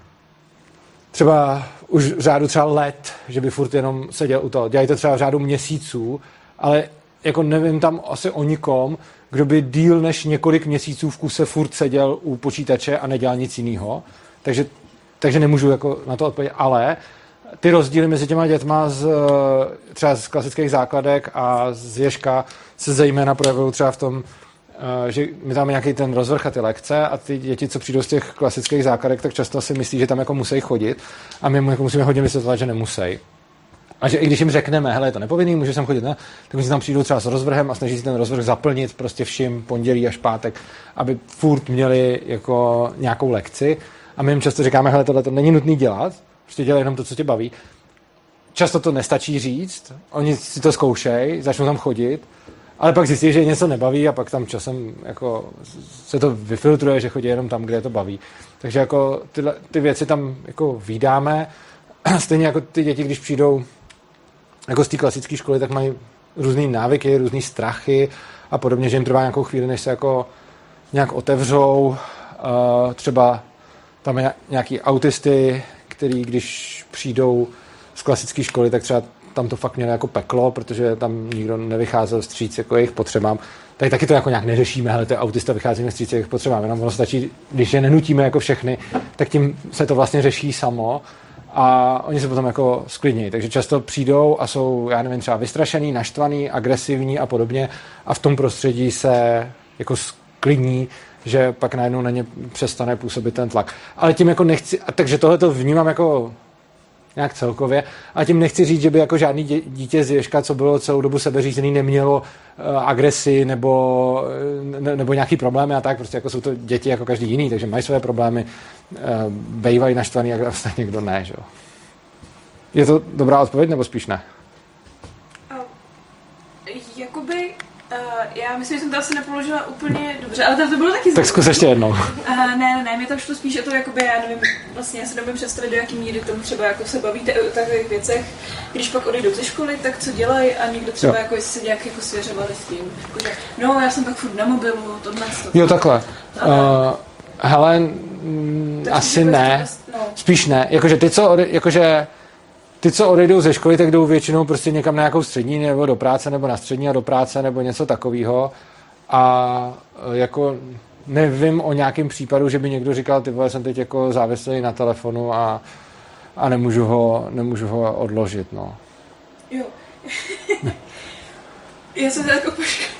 třeba už v řádu třeba let, že by furt jenom seděl u toho. Dělají to třeba v řádu měsíců, ale jako nevím tam asi o nikom, kdo by díl než několik měsíců v kuse furt seděl u počítače a nedělal nic jiného. Takže, takže nemůžu jako na to odpovědět, ale ty rozdíly mezi těma dětma z, třeba z klasických základek a z Ježka se zejména projevují třeba v tom, že my tam máme nějaký ten rozvrh a ty lekce a ty děti, co přijdou z těch klasických základek, tak často si myslí, že tam jako musí chodit a my jako musíme hodně vysvětlovat, že nemusí. A že i když jim řekneme, hele, je to nepovinný, můžeš tam chodit, ne? Tak oni tam přijdou třeba s rozvrhem a snaží si ten rozvrh zaplnit prostě všim pondělí až pátek, aby furt měli jako nějakou lekci. A my jim často říkáme, hele, tohle to není nutný dělat, prostě dělej jenom to, co tě baví. Často to nestačí říct, oni si to zkoušejí, začnou tam chodit, ale pak zjistí, že něco nebaví a pak tam časem jako se to vyfiltruje, že chodí jenom tam, kde je to baví. Takže jako tyhle, ty věci tam jako vídáme. Stejně jako ty děti, když přijdou jako z té klasické školy, tak mají různý návyky, různý strachy a podobně, že jim trvá nějakou chvíli, než se jako nějak otevřou. Třeba tam je nějaký autisty, který když přijdou z klasické školy, tak třeba tam to fakt mělo jako peklo, protože tam nikdo nevycházel vstříc jako jejich potřebám. Tady taky to jako nějak neřešíme, hele, ty autista vycházíme vstříc jejich potřebám, jenom ono stačí, když je nenutíme jako všechny, tak tím se to vlastně řeší samo a oni se potom jako sklidnějí. Takže často přijdou a jsou, já nevím, třeba vystrašený, naštvaný, agresivní a podobně a v tom prostředí se jako sklidní, že pak najednou na ně přestane působit ten tlak. Ale tím jako nechci, a takže tohle to vnímám jako nějak celkově. A tím nechci říct, že by jako žádný dítě z Ježka, co bylo celou dobu sebeřízený, nemělo uh, agresi nebo, ne, nebo nějaký problémy a tak. Prostě jako jsou to děti jako každý jiný, takže mají své problémy, uh, bejvají naštvaný a ostatně někdo ne. Že? Je to dobrá odpověď nebo spíš ne?
Uh, jakoby Uh, já myslím, že jsem to asi nepoložila úplně dobře, ale to, to bylo taky...
Tak zkus ještě jednou.
Uh, ne, ne, ne, mě tam šlo spíš o to, jakoby, já nevím, vlastně já se nevím představit, do jaký míry tam třeba jako se bavíte o takových věcech, když pak odejdou ze školy, tak co dělají a někdo třeba jo. jako jestli se nějak jako svěřovali s tím. Jakože, no, já jsem pak furt na mobilu, tohle. To.
Jo, takhle. Uh, hele, mm, asi ne. Prostě, no. Spíš ne. Jakože ty, co, jakože Ty, co odejdou ze školy, tak jdou většinou prostě někam na nějakou střední, nebo do práce, nebo na střední a do práce, nebo něco takového. A jako nevím o nějakém případu, že by někdo říkal, ty vole, jsem teď jako závislý na telefonu a, a nemůžu, ho, nemůžu ho odložit, no.
Jo. Já jsem jako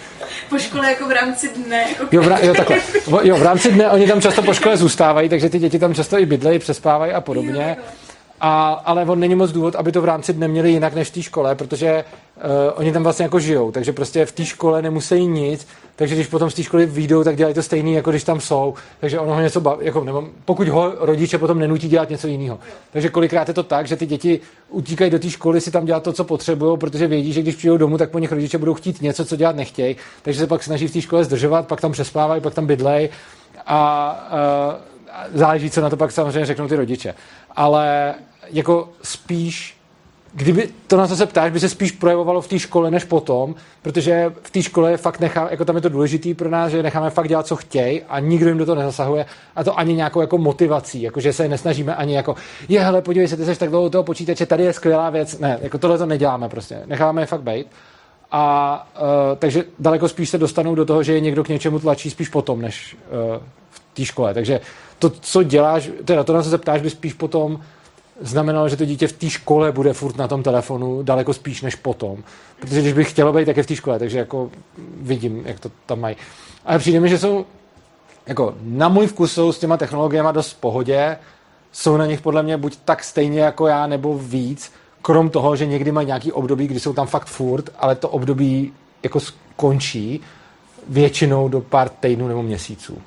po škole jako v rámci dne. Jako
jo, v, jo, takhle. Jo, v rámci dne oni tam často po škole zůstávají, takže ty děti tam často i bydlejí, přespávají a podobně. A, ale on není moc důvod, aby to v rámci dne měli jinak než v té škole, protože uh, oni tam vlastně jako žijou, takže prostě v té škole nemusí nic, takže když potom z té školy vyjdou, tak dělají to stejný, jako když tam jsou, takže ono ho něco baví, jako, nebo pokud ho rodiče potom nenutí dělat něco jiného. Takže kolikrát je to tak, že ty děti utíkají do té školy si tam dělat to, co potřebují, protože vědí, že když přijdou domů, tak po nich rodiče budou chtít něco, co dělat nechtějí, takže se pak snaží v té škole zdržovat, pak tam přespávají, pak tam bydlej a uh, záleží, co na to pak samozřejmě řeknou ty rodiče. Ale jako spíš, kdyby to, na co se ptáš, by se spíš projevovalo v té škole než potom, protože v té škole fakt nechá, jako tam je to důležitý pro nás, že necháme fakt dělat, co chtějí a nikdo jim do toho nezasahuje a to ani nějakou jako motivací, jakože se nesnažíme ani jako, je hele, podívej se, ty seš tak dlouho toho počítače, tady je skvělá věc, ne, jako tohle to neděláme prostě, necháme je fakt bejt a uh, takže daleko spíš se dostanou do toho, že je někdo k něčemu tlačí spíš potom, než uh, v té škole, takže to, co děláš, teda to, na co se ptáš, by spíš potom znamenalo, že to dítě v té škole bude furt na tom telefonu daleko spíš než potom. Protože když bych chtělo být, tak je v té škole, takže jako vidím, jak to tam mají. Ale přijde mi, že jsou, jako na můj vkus jsou s těma technologiemi dost v pohodě, jsou na nich podle mě buď tak stejně jako já, nebo víc, krom toho, že někdy mají nějaký období, kdy jsou tam fakt furt, ale to období jako skončí většinou do pár týdnů nebo měsíců.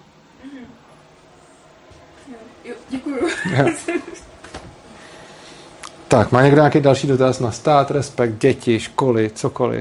Jo, děkuju.
Tak, má někdo nějaký další dotaz na stát, respekt, děti, školy, cokoliv?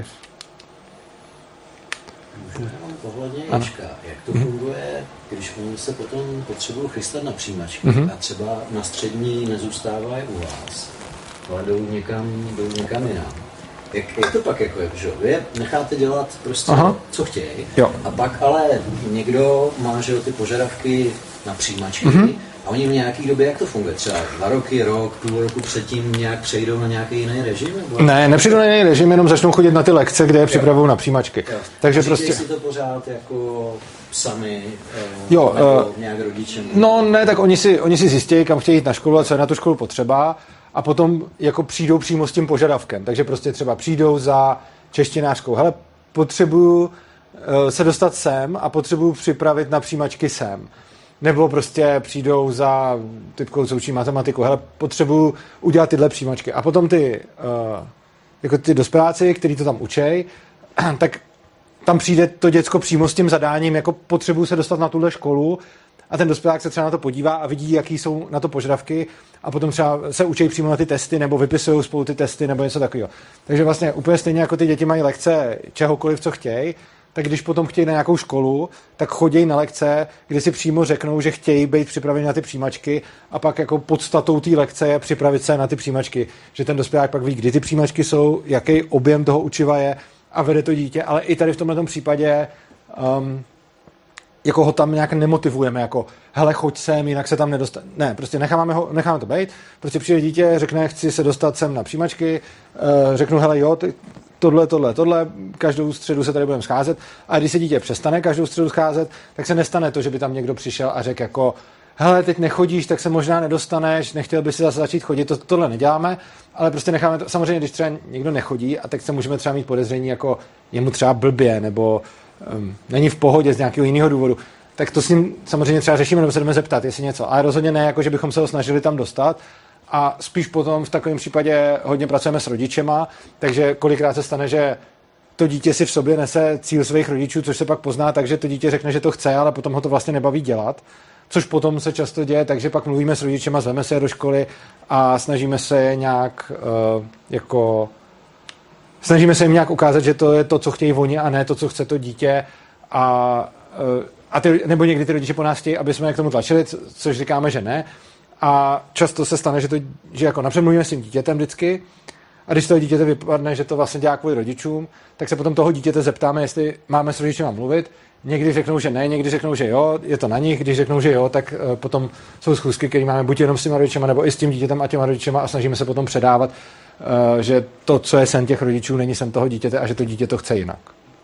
Pohledně Ječka, jak to funguje, když oni se potom potřebují chystat na přijímačky
mm-hmm.
a třeba na střední nezůstávají u vás, ale jdou někam, jdou někam jinam. Jak, jak to pak jako je, že vy necháte dělat prostě, Aha. co chtějí, jo. A pak ale někdo má, že ty požadavky na přijímačky, mm-hmm. a oni v nějaké době, jak to funguje? Třeba dva roky, rok, půl roku předtím nějak přejdou na nějaký jiný režim? Nebo?
Ne, nepřejdou na jiný režim, jenom začnou chodit na ty lekce, kde je připravují na přijímačky. Jo.
Takže prostě si to pořád jako sami,
jo,
nebo
uh,
nějak rodiče?
No ne, tak oni si, oni si zjistí, kam chtějí jít na školu a co je na tu školu potřeba a potom jako přijdou přímo s tím požadavkem. Takže prostě třeba přijdou za češtinářkou. Hele, potřebuju uh, se dostat sem a potřebuju připravit na přijímačky sem. Nebo prostě přijdou za typkou, co učí matematiku. Hele, potřebuju udělat tyhle přijímačky. A potom ty, uh, jako ty dospěláci, kteří to tam učej, tak tam přijde to děcko přímo s tím zadáním, jako potřebuju se dostat na tuhle školu a ten dospělák se třeba na to podívá a vidí, jaký jsou na to požadavky a potom třeba se učí přímo na ty testy nebo vypisují spolu ty testy nebo něco takového. Takže vlastně úplně stejně jako ty děti mají lekce čehokoliv, co chtějí, tak když potom chtějí na nějakou školu, tak chodí na lekce, kde si přímo řeknou, že chtějí být připraveni na ty přijímačky a pak jako podstatou té lekce je připravit se na ty přijímačky. Že ten dospělák pak ví, kdy ty přijímačky jsou, jaký objem toho učiva je a vede to dítě, ale i tady v tomhle případě um, jako ho tam nějak nemotivujeme, jako hele, choď sem, jinak se tam nedostane. Ne, prostě necháme, ho, necháme to být, prostě přijde dítě, řekne, chci se dostat sem na přijímačky, uh, řeknu, hele, jo, ty, tohle, tohle, tohle, každou středu se tady budeme scházet a když se dítě přestane každou středu scházet, tak se nestane to, že by tam někdo přišel a řekl jako hele, teď nechodíš, tak se možná nedostaneš, nechtěl by si zase začít chodit, to, tohle neděláme, ale prostě necháme to, samozřejmě, když třeba někdo nechodí a tak se můžeme třeba mít podezření, jako je mu třeba blbě, nebo um, není v pohodě z nějakého jiného důvodu, tak to s ním samozřejmě třeba řešíme, nebo se jdeme zeptat, jestli něco, ale rozhodně ne, jako že bychom se ho snažili tam dostat. A spíš potom v takovém případě hodně pracujeme s rodičema, takže kolikrát se stane, že to dítě si v sobě nese cíl svých rodičů, což se pak pozná, takže to dítě řekne, že to chce, ale potom ho to vlastně nebaví dělat. Což potom se často děje, takže pak mluvíme s rodičema, zveme se je do školy a snažíme se je nějak uh, jako snažíme se jim nějak ukázat, že to je to, co chtějí oni a ne to, co chce to dítě a, uh, a ty, nebo někdy ty rodiče po nás chtějí, aby jsme je k tomu tlačili, což říkáme, že ne. A často se stane, že, to, že jako napřed mluvíme s tím dítětem vždycky a když toho dítěte vypadne, že to vlastně dělá kvůli rodičům, tak se potom toho dítěte zeptáme, jestli máme s rodičema mluvit. Někdy řeknou, že ne, někdy řeknou, že jo, je to na nich. Když řeknou, že jo, tak uh, potom jsou schůzky, které máme buď jenom s těma rodičema, nebo i s tím dítětem a těma rodičema a snažíme se potom předávat, uh, že to, co je sen těch rodičů, není sen toho dítěte a že to dítě to chce jinak.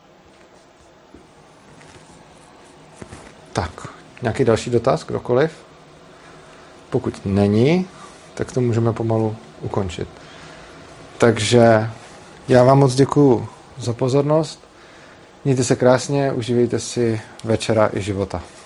Tak, nějaký další dotaz, kdokoliv? Pokud není, tak to můžeme pomalu ukončit. Takže já vám moc děkuju za pozornost. Mějte se krásně, užívejte si večera i života.